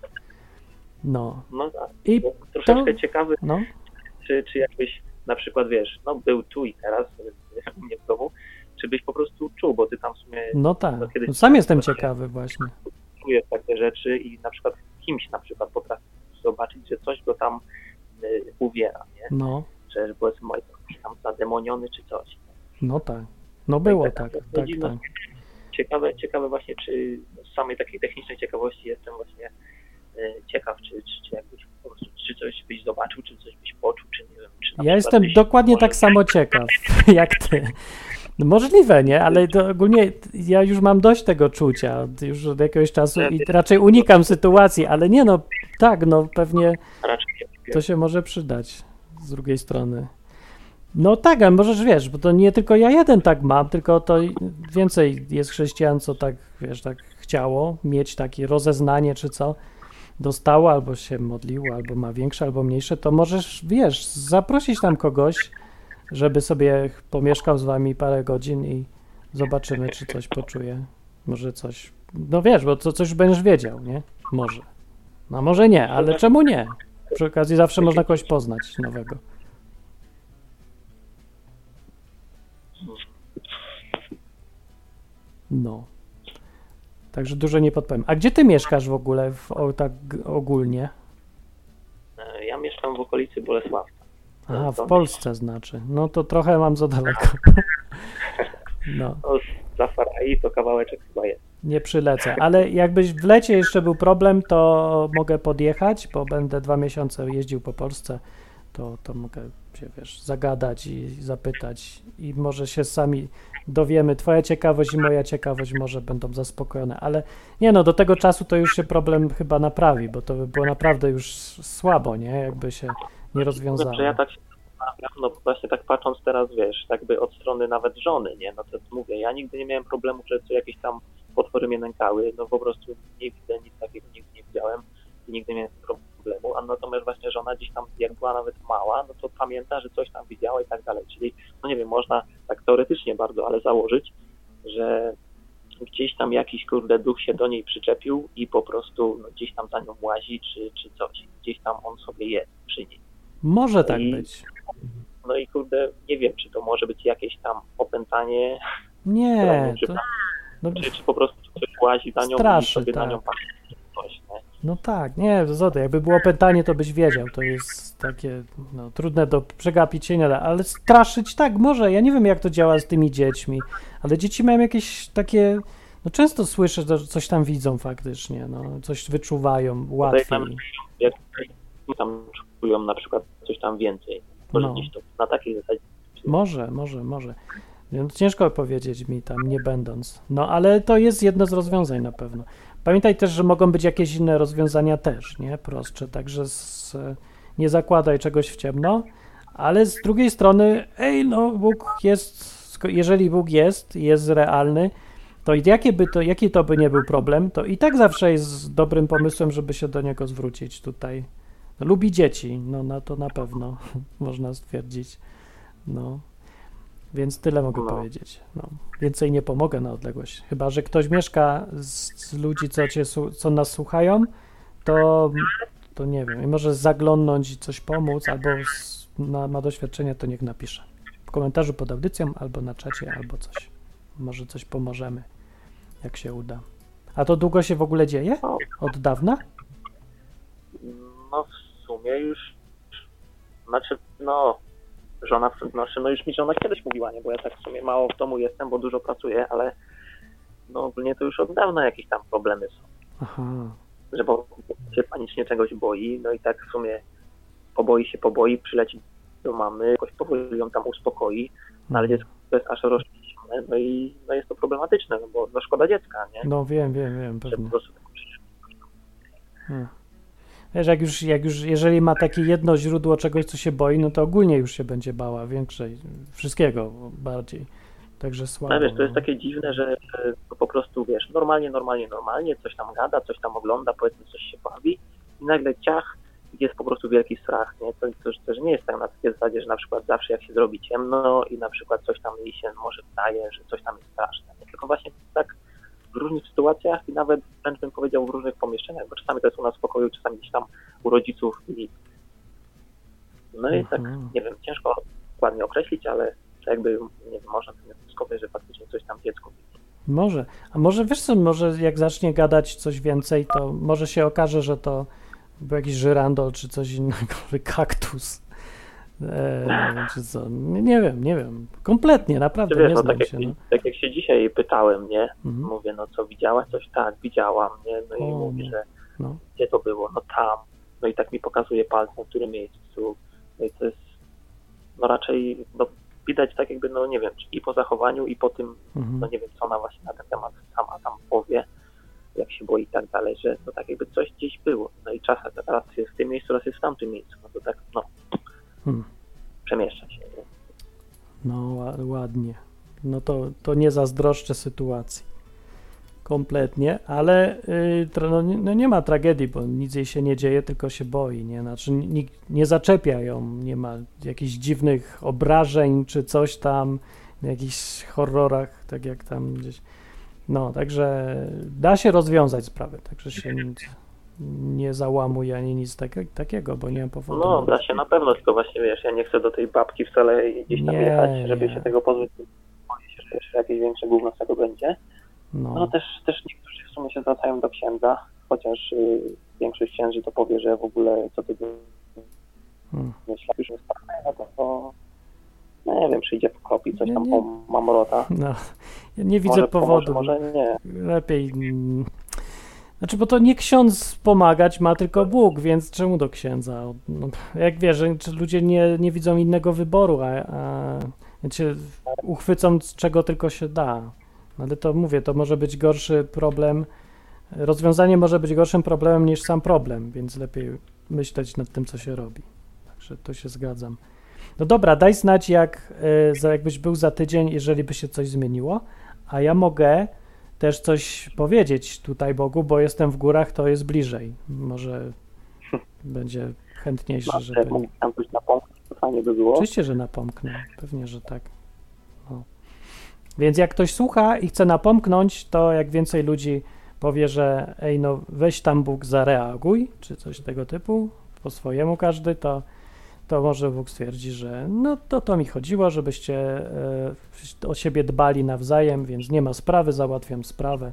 No, No tak. I Bo troszeczkę to- ciekawy, no, czy, czy jakbyś na przykład, wiesz, no był tu i teraz u mnie w domu, czy byś po prostu czuł, bo ty tam w sumie no tak. No kiedyś- No, sam jestem ciekawy właśnie. czujesz takie rzeczy i na przykład kimś na przykład potrafisz zobaczyć, że coś go tam y, uwiera, nie? No, Że powiedzmy jakiś tam zademoniony czy coś. no tak. No było tak, tak, tak, tak, dziwne. tak. Ciekawe, ciekawe właśnie, czy z samej takiej technicznej ciekawości jestem właśnie y, ciekaw, czy, czy, czy jakbyś po prostu, czy coś byś zobaczył, czy coś byś poczuł, czy nie wiem, czy na Ja przykład jestem byś dokładnie może- tak samo ciekaw, jak ty. No możliwe, nie? Ale to ogólnie ja już mam dość tego czucia od, już od jakiegoś czasu i raczej unikam sytuacji, ale nie no, tak, no pewnie raczej nie to się może przydać z drugiej strony. No tak, ale możesz, wiesz, bo to nie tylko ja jeden tak mam, tylko to więcej jest chrześcijan, co tak, wiesz, tak chciało mieć takie rozeznanie, czy co, dostało, albo się modliło, albo ma większe, albo mniejsze, to możesz, wiesz, zaprosić tam kogoś, żeby sobie pomieszkał z wami parę godzin i zobaczymy, czy coś poczuje. Może coś, no wiesz, bo to coś będziesz wiedział, nie? Może. No może nie, ale czemu nie? Przy okazji zawsze można kogoś poznać nowego. No. Także dużo nie podpowiem. A gdzie ty mieszkasz w ogóle, w, o, tak ogólnie? Y, Ja mieszkam w okolicy Bolesławca. Aha, w To- Polsce znaczy. No to trochę mam za daleko. No, No, z Zafarai to kawałeczek chyba jest. nie przylecę. Ale jakbyś w lecie jeszcze był problem, to mogę podjechać, bo będę dwa miesiące jeździł po Polsce. To, to mogę się, wiesz, zagadać i zapytać i może się sami dowiemy. Twoja ciekawość i moja ciekawość może będą zaspokojone, ale nie no, do tego czasu to już się problem chyba naprawi, bo to by było naprawdę już słabo, nie? Jakby się nie rozwiązało. Znaczy ja tak się no właśnie tak patrząc teraz, wiesz, tak by od strony nawet żony, nie, no to mówię, ja nigdy nie miałem problemu, że co jakieś tam potwory mnie nękały, no po prostu nie widzę nic takiego, nigdy nie widziałem i nigdy nie miałem problemu, a natomiast właśnie żona gdzieś tam, jak była nawet mała, no to pamięta, że coś tam widziała i tak dalej, czyli, no nie wiem, można tak teoretycznie bardzo, ale założyć, że gdzieś tam jakiś, kurde, duch się do niej przyczepił i po prostu no, gdzieś tam za nią łazi, czy, czy coś, gdzieś tam on sobie jest przy niej. Może tak I- być. No i kurde, nie wiem, czy to może być jakieś tam opętanie, Nie, czy, to, no, czy, czy po prostu ktoś łazi za nią Straszy, i sobie tak. na nią patrzy, czy coś, nie? no tak, nie, zody, jakby było pytanie, to byś wiedział, to jest takie, no, trudne do przegapić się nie da, ale straszyć tak, może, ja nie wiem jak to działa z tymi dziećmi, ale dzieci mają jakieś takie, no często słyszę, że coś tam widzą faktycznie, no, coś wyczuwają łatwiej. Jak tam czują na przykład coś tam więcej, może No. gdzieś to na takiej zasadzie. Może, może, może. No, ciężko powiedzieć mi tam, nie będąc. No, ale to jest jedno z rozwiązań na pewno. Pamiętaj też, że mogą być jakieś inne rozwiązania też, nie? Prostsze, także z, nie zakładaj czegoś w ciemno, ale z drugiej strony, ej, no, Bóg jest, sko- jeżeli Bóg jest, jest realny, to i jakie by to, jaki to by nie był problem, to i tak zawsze jest dobrym pomysłem, żeby się do Niego zwrócić tutaj. No, lubi dzieci, no, na to na pewno można stwierdzić. No, więc tyle mogę No. powiedzieć. No, więcej nie pomogę na odległość. Chyba że ktoś mieszka z, z ludzi, co, cię, su- co nas słuchają, to, to nie wiem, i może zaglądnąć i coś pomóc, albo z, ma, ma doświadczenie, to niech napisze. W komentarzu pod audycją, albo na czacie, albo coś. Może coś pomożemy. jak się uda. A to długo się w ogóle dzieje? No, Od dawna? no w sumie już, znaczy, no, żona, znaczy, no już mi żona kiedyś mówiła, nie, bo ja tak w sumie mało w domu jestem, bo dużo pracuję, ale no ogólnie to już od dawna jakieś tam problemy są. Aha. Że bo się panicznie czegoś boi, no i tak w sumie poboi się, poboi, przyleci do mamy, jakoś powoli ją tam uspokoi, no ale dziecko jest aż rozliczone, no i no jest to problematyczne, no bo no szkoda dziecka, nie? No wiem, wiem, wiem, Że pewnie. po prostu Hmm. Wiesz, jak już, jak już, jeżeli ma takie jedno źródło czegoś, co się boi, no to ogólnie już się będzie bała większej, wszystkiego bardziej. Także słabo. no wiesz, to jest no. takie dziwne, że że po prostu, wiesz, normalnie, normalnie, normalnie, coś tam gada, coś tam ogląda, powiedzmy, coś się bawi i nagle ciach, jest po prostu wielki strach, nie? To, to, to że nie jest tak na takiej zasadzie, że na przykład zawsze jak się zrobi ciemno i na przykład coś tam jej się może wydaje, że coś tam jest straszne, nie? Tylko właśnie tak w różnych sytuacjach i nawet wręcz bym powiedział w różnych pomieszczeniach, bo czasami to jest u nas w pokoju, czasami gdzieś tam u rodziców i no i tak, Mhm. nie wiem, ciężko dokładnie określić, ale jakby, nie wiem, można skopić, że faktycznie coś tam dziecko widzi. Może. A może wiesz co, może jak zacznie gadać coś więcej, to może się okaże, że to był jakiś żyrandol czy coś innego, kaktus. E, czy co? Nie, nie wiem, nie wiem. Kompletnie, naprawdę Wiesz, nie no, znam tak, jak, się. No. tak jak się dzisiaj pytałem, nie? Mhm. Mówię, no co, widziałaś coś? Tak, widziałam, nie? No i O, mówi, nie. że No. gdzie to było? No tam. No i tak mi pokazuje palcem, w którym miejscu. No i to jest, no raczej, no widać tak jakby, no nie wiem, i po zachowaniu, i po tym, Mhm. no nie wiem, co ona właśnie na ten temat sama tam powie, jak się boi i tak dalej, że no tak jakby coś gdzieś było. No i czasem raz jest w tym miejscu, raz jest w tamtym miejscu. No to tak, no, Hmm. przemieszcza się, nie? No ła- ładnie. No to, to nie zazdroszczę sytuacji. Kompletnie, ale y, tra- no, nie- no nie ma tragedii, bo nic jej się nie dzieje, tylko się boi, nie? Znaczy nikt nie zaczepia ją, nie ma jakichś dziwnych obrażeń czy coś tam, w jakichś horrorach, tak jak tam gdzieś. No, także da się rozwiązać sprawę, także się nic nie załamuje ani nic takie, takiego, bo nie mam powodu. No, da się na pewno, tylko właśnie, wiesz, ja nie chcę do tej babki wcale gdzieś tam Nie, jechać, żeby nie. się tego pozbyć. Boję się, że jeszcze jakieś większe gówno z tego będzie. No, No też, też niektórzy w sumie się zwracają do księdza, chociaż y, większość księży to powie, że w ogóle co ty hmm. myślisz, już jest tak, no to, to no nie wiem, przyjdzie pokropi, coś Nie, tam nie. po mamrota. no. Ja nie widzę Może powodu. pomoże, może nie. Lepiej. mm, Znaczy, bo to nie ksiądz pomagać ma, tylko Bóg, więc czemu do księdza? No, jak wiesz, że czy ludzie nie, nie widzą innego wyboru, a, a więc się uchwycą z czego tylko się da. Ale to mówię, to może być gorszy problem. Rozwiązanie może być gorszym problemem niż sam problem, więc lepiej myśleć nad tym, co się robi. Także to się zgadzam. No dobra, daj znać, jak, y, za- jakbyś był za tydzień, jeżeli by się coś zmieniło, a ja mogę też coś powiedzieć tutaj Bogu, bo jestem w górach, to jest bliżej. Może będzie chętniejszy, No, żeby... jak mógł tam coś napomknąć, to fajnie by było. Oczywiście, że napomknę. Pewnie, że tak. No. Więc jak ktoś słucha i chce napomknąć, to jak więcej ludzi powie, że ej, no weź tam Bóg, zareaguj, czy coś tego typu, po swojemu każdy, to, to może Bóg stwierdzi, że no to to mi chodziło, żebyście e, o siebie dbali nawzajem, więc nie ma sprawy, załatwiam sprawę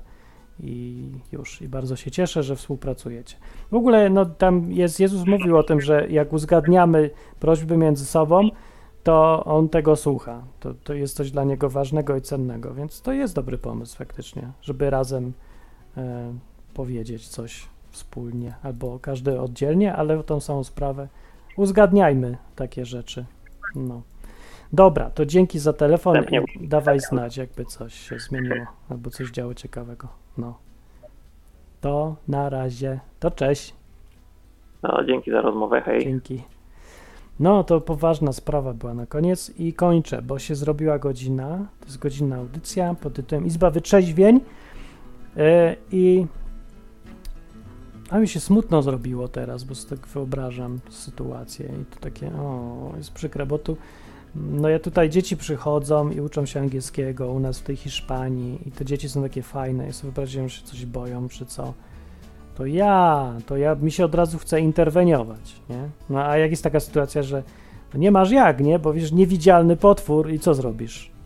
i już. I bardzo się cieszę, że współpracujecie. W ogóle no tam jest, Jezus mówił o tym, że jak uzgadniamy prośby między sobą, to on tego słucha. To, to jest coś dla niego ważnego i cennego, więc to jest dobry pomysł faktycznie, żeby razem e, powiedzieć coś wspólnie, albo każdy oddzielnie, ale w tą samą sprawę. Uzgadniajmy takie rzeczy. No. Dobra, to dzięki za telefon Pewnie. i dawaj znać, jakby coś się zmieniło, albo coś działo ciekawego. No. To na razie. To cześć. No, dzięki za rozmowę, hej. Dzięki. No, to poważna sprawa była na koniec i kończę, bo się zrobiła godzina. To jest godzinna audycja pod tytułem Izba Wytrzeźwień yy, i a mi się smutno zrobiło teraz, bo sobie tak wyobrażam sytuację i to takie, o, jest przykre, bo tu no ja tutaj dzieci przychodzą i uczą się angielskiego u nas w tej Hiszpanii i te dzieci są takie fajne i sobie wyobraziłem, że się coś boją czy co. To ja, to ja, mi się od razu chce interweniować, nie? No a jak jest taka sytuacja, że no nie masz jak, nie? Bo wiesz, niewidzialny potwór i co zrobisz?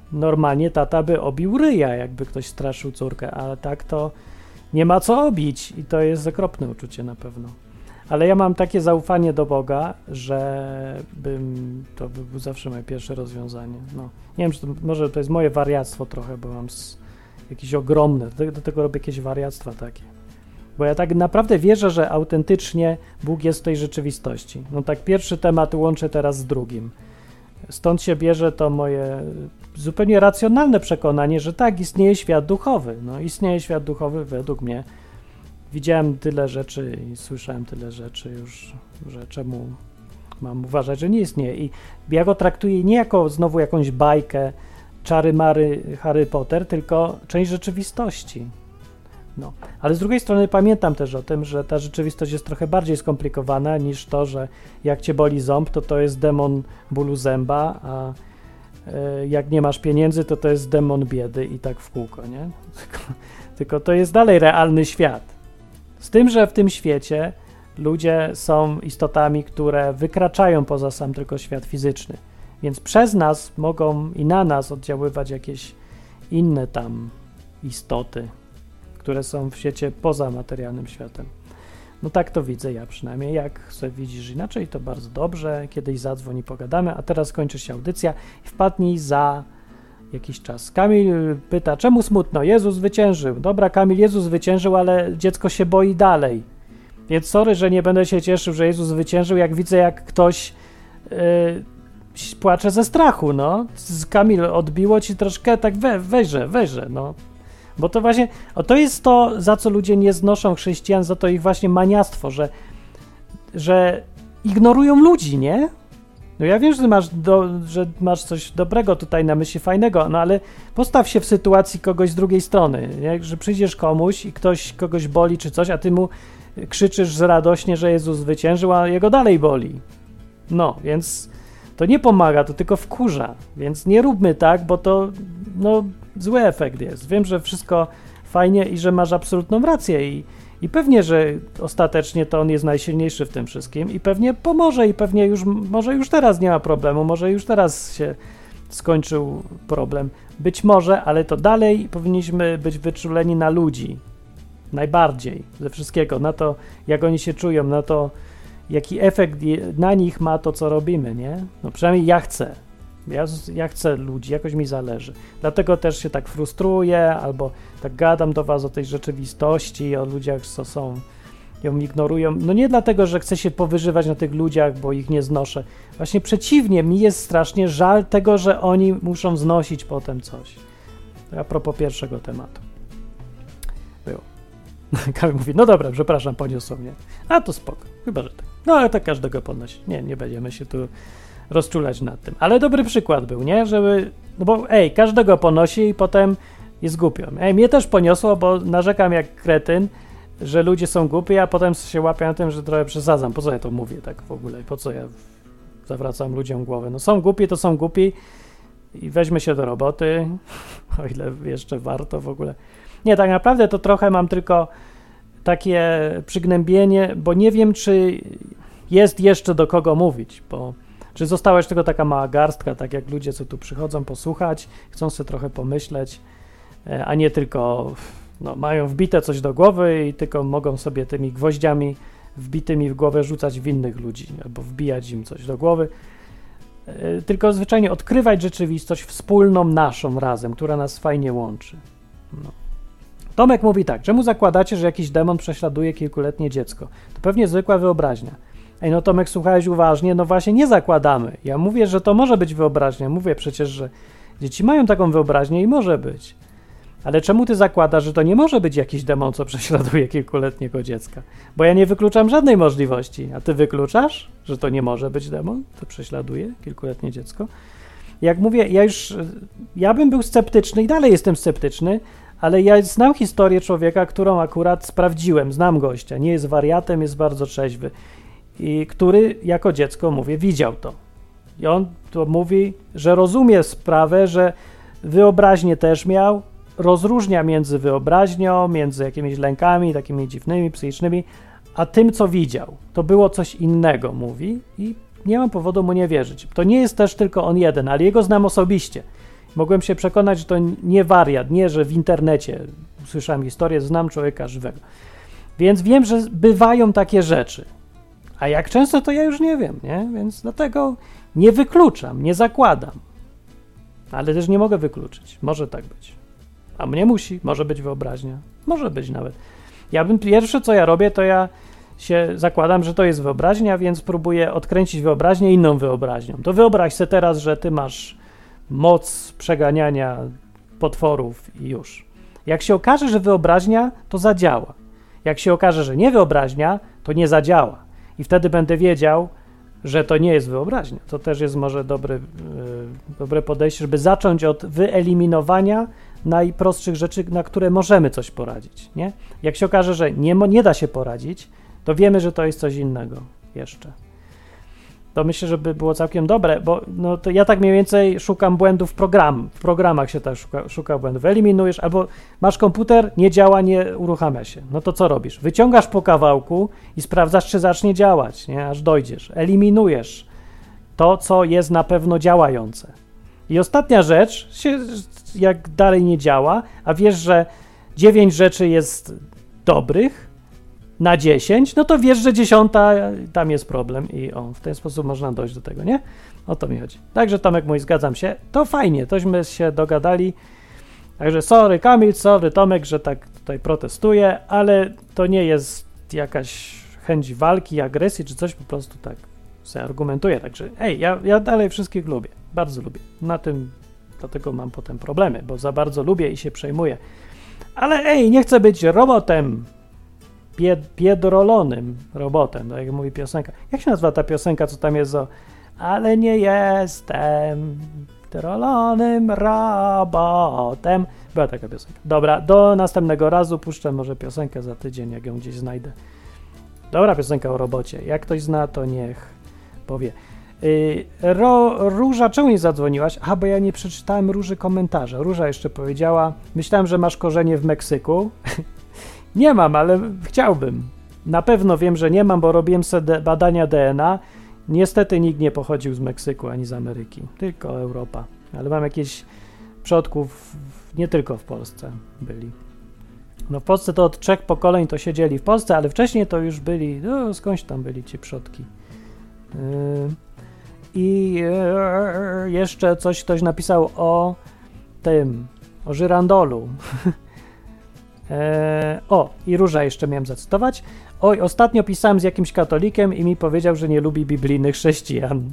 normalnie tata by obił ryja, jakby ktoś straszył córkę, ale tak to nie ma co obić i to jest okropne uczucie na pewno. Ale ja mam takie zaufanie do Boga, że bym, to by było zawsze moje pierwsze rozwiązanie. No, nie wiem, czy to, może to jest moje wariactwo trochę, bo mam z, jakieś ogromne, do, do tego robię jakieś wariactwa takie. Bo ja tak naprawdę wierzę, że autentycznie Bóg jest w tej rzeczywistości. No tak pierwszy temat łączę teraz z drugim. Stąd się bierze to moje zupełnie racjonalne przekonanie, że tak, istnieje świat duchowy. No istnieje świat duchowy według mnie. Widziałem tyle rzeczy i słyszałem tyle rzeczy już, że czemu mam uważać, że nie istnieje. I ja go traktuję nie jako znowu jakąś bajkę, czary-mary Harry Potter, tylko część rzeczywistości. No. Ale z drugiej strony pamiętam też o tym, że ta rzeczywistość jest trochę bardziej skomplikowana niż to, że jak cię boli ząb, to to jest demon bólu zęba, a y, jak nie masz pieniędzy, to to jest demon biedy i tak w kółko, nie? Tylko, tylko to jest dalej realny świat. Z tym, że w tym świecie ludzie są istotami, które wykraczają poza sam tylko świat fizyczny. Więc przez nas mogą i na nas oddziaływać jakieś inne tam istoty, które są w świecie poza materialnym światem. No tak to widzę ja przynajmniej. Jak sobie widzisz inaczej, to bardzo dobrze. Kiedyś zadzwoń i pogadamy, a teraz kończy się audycja i wpadnij za jakiś czas. Kamil pyta, czemu smutno? Jezus zwyciężył. Dobra, Kamil, Jezus zwyciężył, ale dziecko się boi dalej. Więc sorry, że nie będę się cieszył, że Jezus zwyciężył, jak widzę, jak ktoś yy, płacze ze strachu, no. Kamil, odbiło ci troszkę, tak we, wejrze, wejrze, no. Bo to właśnie, o to jest to, za co ludzie nie znoszą chrześcijan, za to ich właśnie maniactwo, że, że ignorują ludzi, nie? No ja wiem, że masz, do, że masz coś dobrego tutaj na myśli, fajnego, no ale postaw się w sytuacji kogoś z drugiej strony, nie? Że przyjdziesz komuś i ktoś kogoś boli czy coś, a ty mu krzyczysz radośnie, że Jezus zwyciężył, a jego dalej boli. No, więc to nie pomaga, to tylko wkurza, więc nie róbmy tak, bo to no, zły efekt jest. Wiem, że wszystko fajnie i że masz absolutną rację i, i pewnie, że ostatecznie to on jest najsilniejszy w tym wszystkim i pewnie pomoże i pewnie już, może już teraz nie ma problemu, może już teraz się skończył problem. Być może, ale to dalej powinniśmy być wyczuleni na ludzi. Najbardziej ze wszystkiego, na to, jak oni się czują, na to, jaki efekt na nich ma to, co robimy, nie? No przynajmniej ja chcę. Ja, ja chcę ludzi, jakoś mi zależy. Dlatego też się tak frustruję, albo tak gadam do was o tej rzeczywistości, o ludziach, co są, ją ignorują. No nie dlatego, że chcę się powyżywać na tych ludziach, bo ich nie znoszę. Właśnie przeciwnie, mi jest strasznie żal tego, że oni muszą znosić potem coś. A propos pierwszego tematu. Było. Kamil mówi, no dobra, przepraszam, poniosło mnie. A to spoko, chyba, że tak. No ale tak każdego podnosi. Nie, nie będziemy się tu rozczulać nad tym. Ale dobry przykład był, nie? Żeby, no bo ej, każdego ponosi i potem jest głupio. Ej, mnie też poniosło, bo narzekam jak kretyn, że ludzie są głupi, a potem się łapię na tym, że trochę przesadzam. Po co ja to mówię tak w ogóle? Po co ja zawracam ludziom głowę? No są głupi, to są głupi i weźmy się do roboty, o ile jeszcze warto w ogóle. Nie, tak naprawdę to trochę mam tylko takie przygnębienie, bo nie wiem, czy jest jeszcze do kogo mówić, bo czy została już tylko taka mała garstka, tak jak ludzie, co tu przychodzą posłuchać, chcą sobie trochę pomyśleć, a nie tylko no, mają wbite coś do głowy i tylko mogą sobie tymi gwoździami wbitymi w głowę rzucać w innych ludzi albo wbijać im coś do głowy, tylko zwyczajnie odkrywać rzeczywistość wspólną naszą razem, która nas fajnie łączy. No. Tomek mówi tak, czemu zakładacie, że jakiś demon prześladuje kilkuletnie dziecko? To pewnie zwykła wyobraźnia. Ej, no Tomek, słuchałeś uważnie, no właśnie nie zakładamy. Ja mówię, że to może być wyobraźnia. Mówię przecież, że dzieci mają taką wyobraźnię i może być. Ale czemu ty zakładasz, że to nie może być jakiś demon, co prześladuje kilkuletniego dziecka? Bo ja nie wykluczam żadnej możliwości. A ty wykluczasz, że to nie może być demon, co prześladuje kilkuletnie dziecko? Jak mówię, ja już, ja bym był sceptyczny i dalej jestem sceptyczny, ale ja znam historię człowieka, którą akurat sprawdziłem, znam gościa, nie jest wariatem, jest bardzo trzeźwy i który jako dziecko, mówię, widział to. I on to mówi, że rozumie sprawę, że wyobraźnię też miał, rozróżnia między wyobraźnią, między jakimiś lękami takimi dziwnymi, psychicznymi, a tym, co widział. To było coś innego, mówi i nie mam powodu mu nie wierzyć. To nie jest też tylko on jeden, ale jego znam osobiście. Mogłem się przekonać, że to nie wariat, nie, że w internecie słyszałem historię, znam człowieka żywego. Więc wiem, że bywają takie rzeczy. A jak często, to ja już nie wiem, nie? Więc dlatego nie wykluczam, nie zakładam. Ale też nie mogę wykluczyć. Może tak być. A mnie musi, może być wyobraźnia. Może być nawet. Ja bym, pierwsze co ja robię, to ja się zakładam, że to jest wyobraźnia, więc próbuję odkręcić wyobraźnię inną wyobraźnią. To wyobraź sobie teraz, że ty masz moc przeganiania potworów i już. Jak się okaże, że wyobraźnia, to zadziała. Jak się okaże, że nie wyobraźnia, to nie zadziała. I wtedy będę wiedział, że to nie jest wyobraźnia. To też jest może dobry, yy, dobre podejście, żeby zacząć od wyeliminowania najprostszych rzeczy, na które możemy coś poradzić. Nie? Jak się okaże, że nie, nie da się poradzić, to wiemy, że to jest coś innego jeszcze. To myślę, że by było całkiem dobre, bo no to ja tak mniej więcej szukam błędów w program. W programach się tak szuka, szuka błędów. Eliminujesz, albo masz komputer, nie działa, nie uruchamia się. No to co robisz? Wyciągasz po kawałku i sprawdzasz, czy zacznie działać, nie? Aż dojdziesz. Eliminujesz to, co jest na pewno działające. I ostatnia rzecz, się, jak dalej nie działa, a wiesz, że dziewięć rzeczy jest dobrych, na dziesięć, no to wiesz, że dziesiąta, tam jest problem i o, w ten sposób można dojść do tego, nie? O to mi chodzi. Także Tomek mój, zgadzam się, to fajnie, tośmy się dogadali, także sorry Kamil, sorry Tomek, że tak tutaj protestuję, ale to nie jest jakaś chęć walki, agresji czy coś, po prostu tak sobie argumentuję, także ej, ja, ja dalej wszystkich lubię, bardzo lubię, na tym, dlatego mam potem problemy, bo za bardzo lubię i się przejmuję, ale ej, nie chcę być robotem, biedrolonym robotem, tak jak mówi piosenka. Jak się nazywa ta piosenka, co tam jest o ale nie jestem biedrolonym robotem. Była taka piosenka. Dobra, do następnego razu puszczę może piosenkę za tydzień, jak ją gdzieś znajdę. Dobra piosenka o robocie. Jak ktoś zna, to niech powie. Yy, Ro, Róża, czemu nie zadzwoniłaś? Aha, bo ja nie przeczytałem Róży komentarza. Róża jeszcze powiedziała, myślałem, że masz korzenie w Meksyku. Nie mam, ale chciałbym. Na pewno wiem, że nie mam, bo robiłem sobie badania D N A. Niestety nikt nie pochodził z Meksyku ani z Ameryki, tylko Europa. Ale mam jakieś przodków nie tylko w Polsce byli. No w Polsce to od trzech pokoleń to siedzieli w Polsce, ale wcześniej to już byli, no skądś tam byli ci przodki. Yy, I yy, jeszcze coś ktoś napisał o tym, o żyrandolu. Eee, o, i Róża jeszcze miałem zacytować. Oj, ostatnio pisałem z jakimś katolikiem i mi powiedział, że nie lubi biblijnych chrześcijan.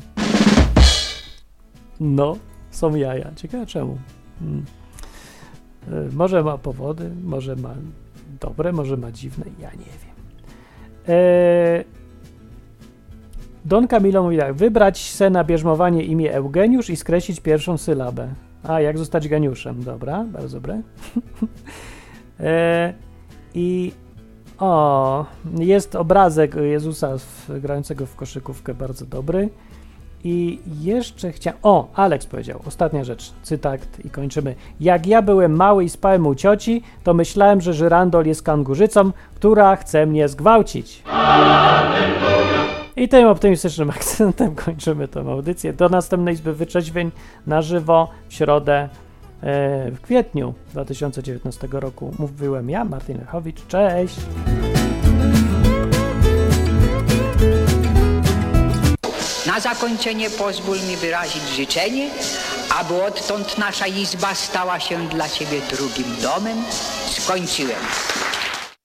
No, są jaja. Ciekawe czemu. Hmm. Eee, może ma powody, może ma dobre, może ma dziwne, ja nie wiem. Eee, Don Camilo mówi tak, wybrać se na bierzmowanie imię Eugeniusz i skreślić pierwszą sylabę. A, jak zostać geniuszem, dobra, bardzo dobre. E, I o, jest obrazek Jezusa w, grającego w koszykówkę, bardzo dobry. I jeszcze chciałem, o, Alex powiedział, ostatnia rzecz, cytat i kończymy. Jak ja byłem mały i spałem u cioci, to myślałem, że żyrandol jest kangurzycą, która chce mnie zgwałcić. I tym optymistycznym akcentem kończymy tę audycję. Do następnej Izby Wyczeźwień na żywo w środę w kwietniu dwa tysiące dziewiętnastego roku. Mówiłem ja, Martin Lechowicz. Cześć! Na zakończenie pozwól mi wyrazić życzenie, aby odtąd nasza izba stała się dla Ciebie drugim domem. Skończyłem.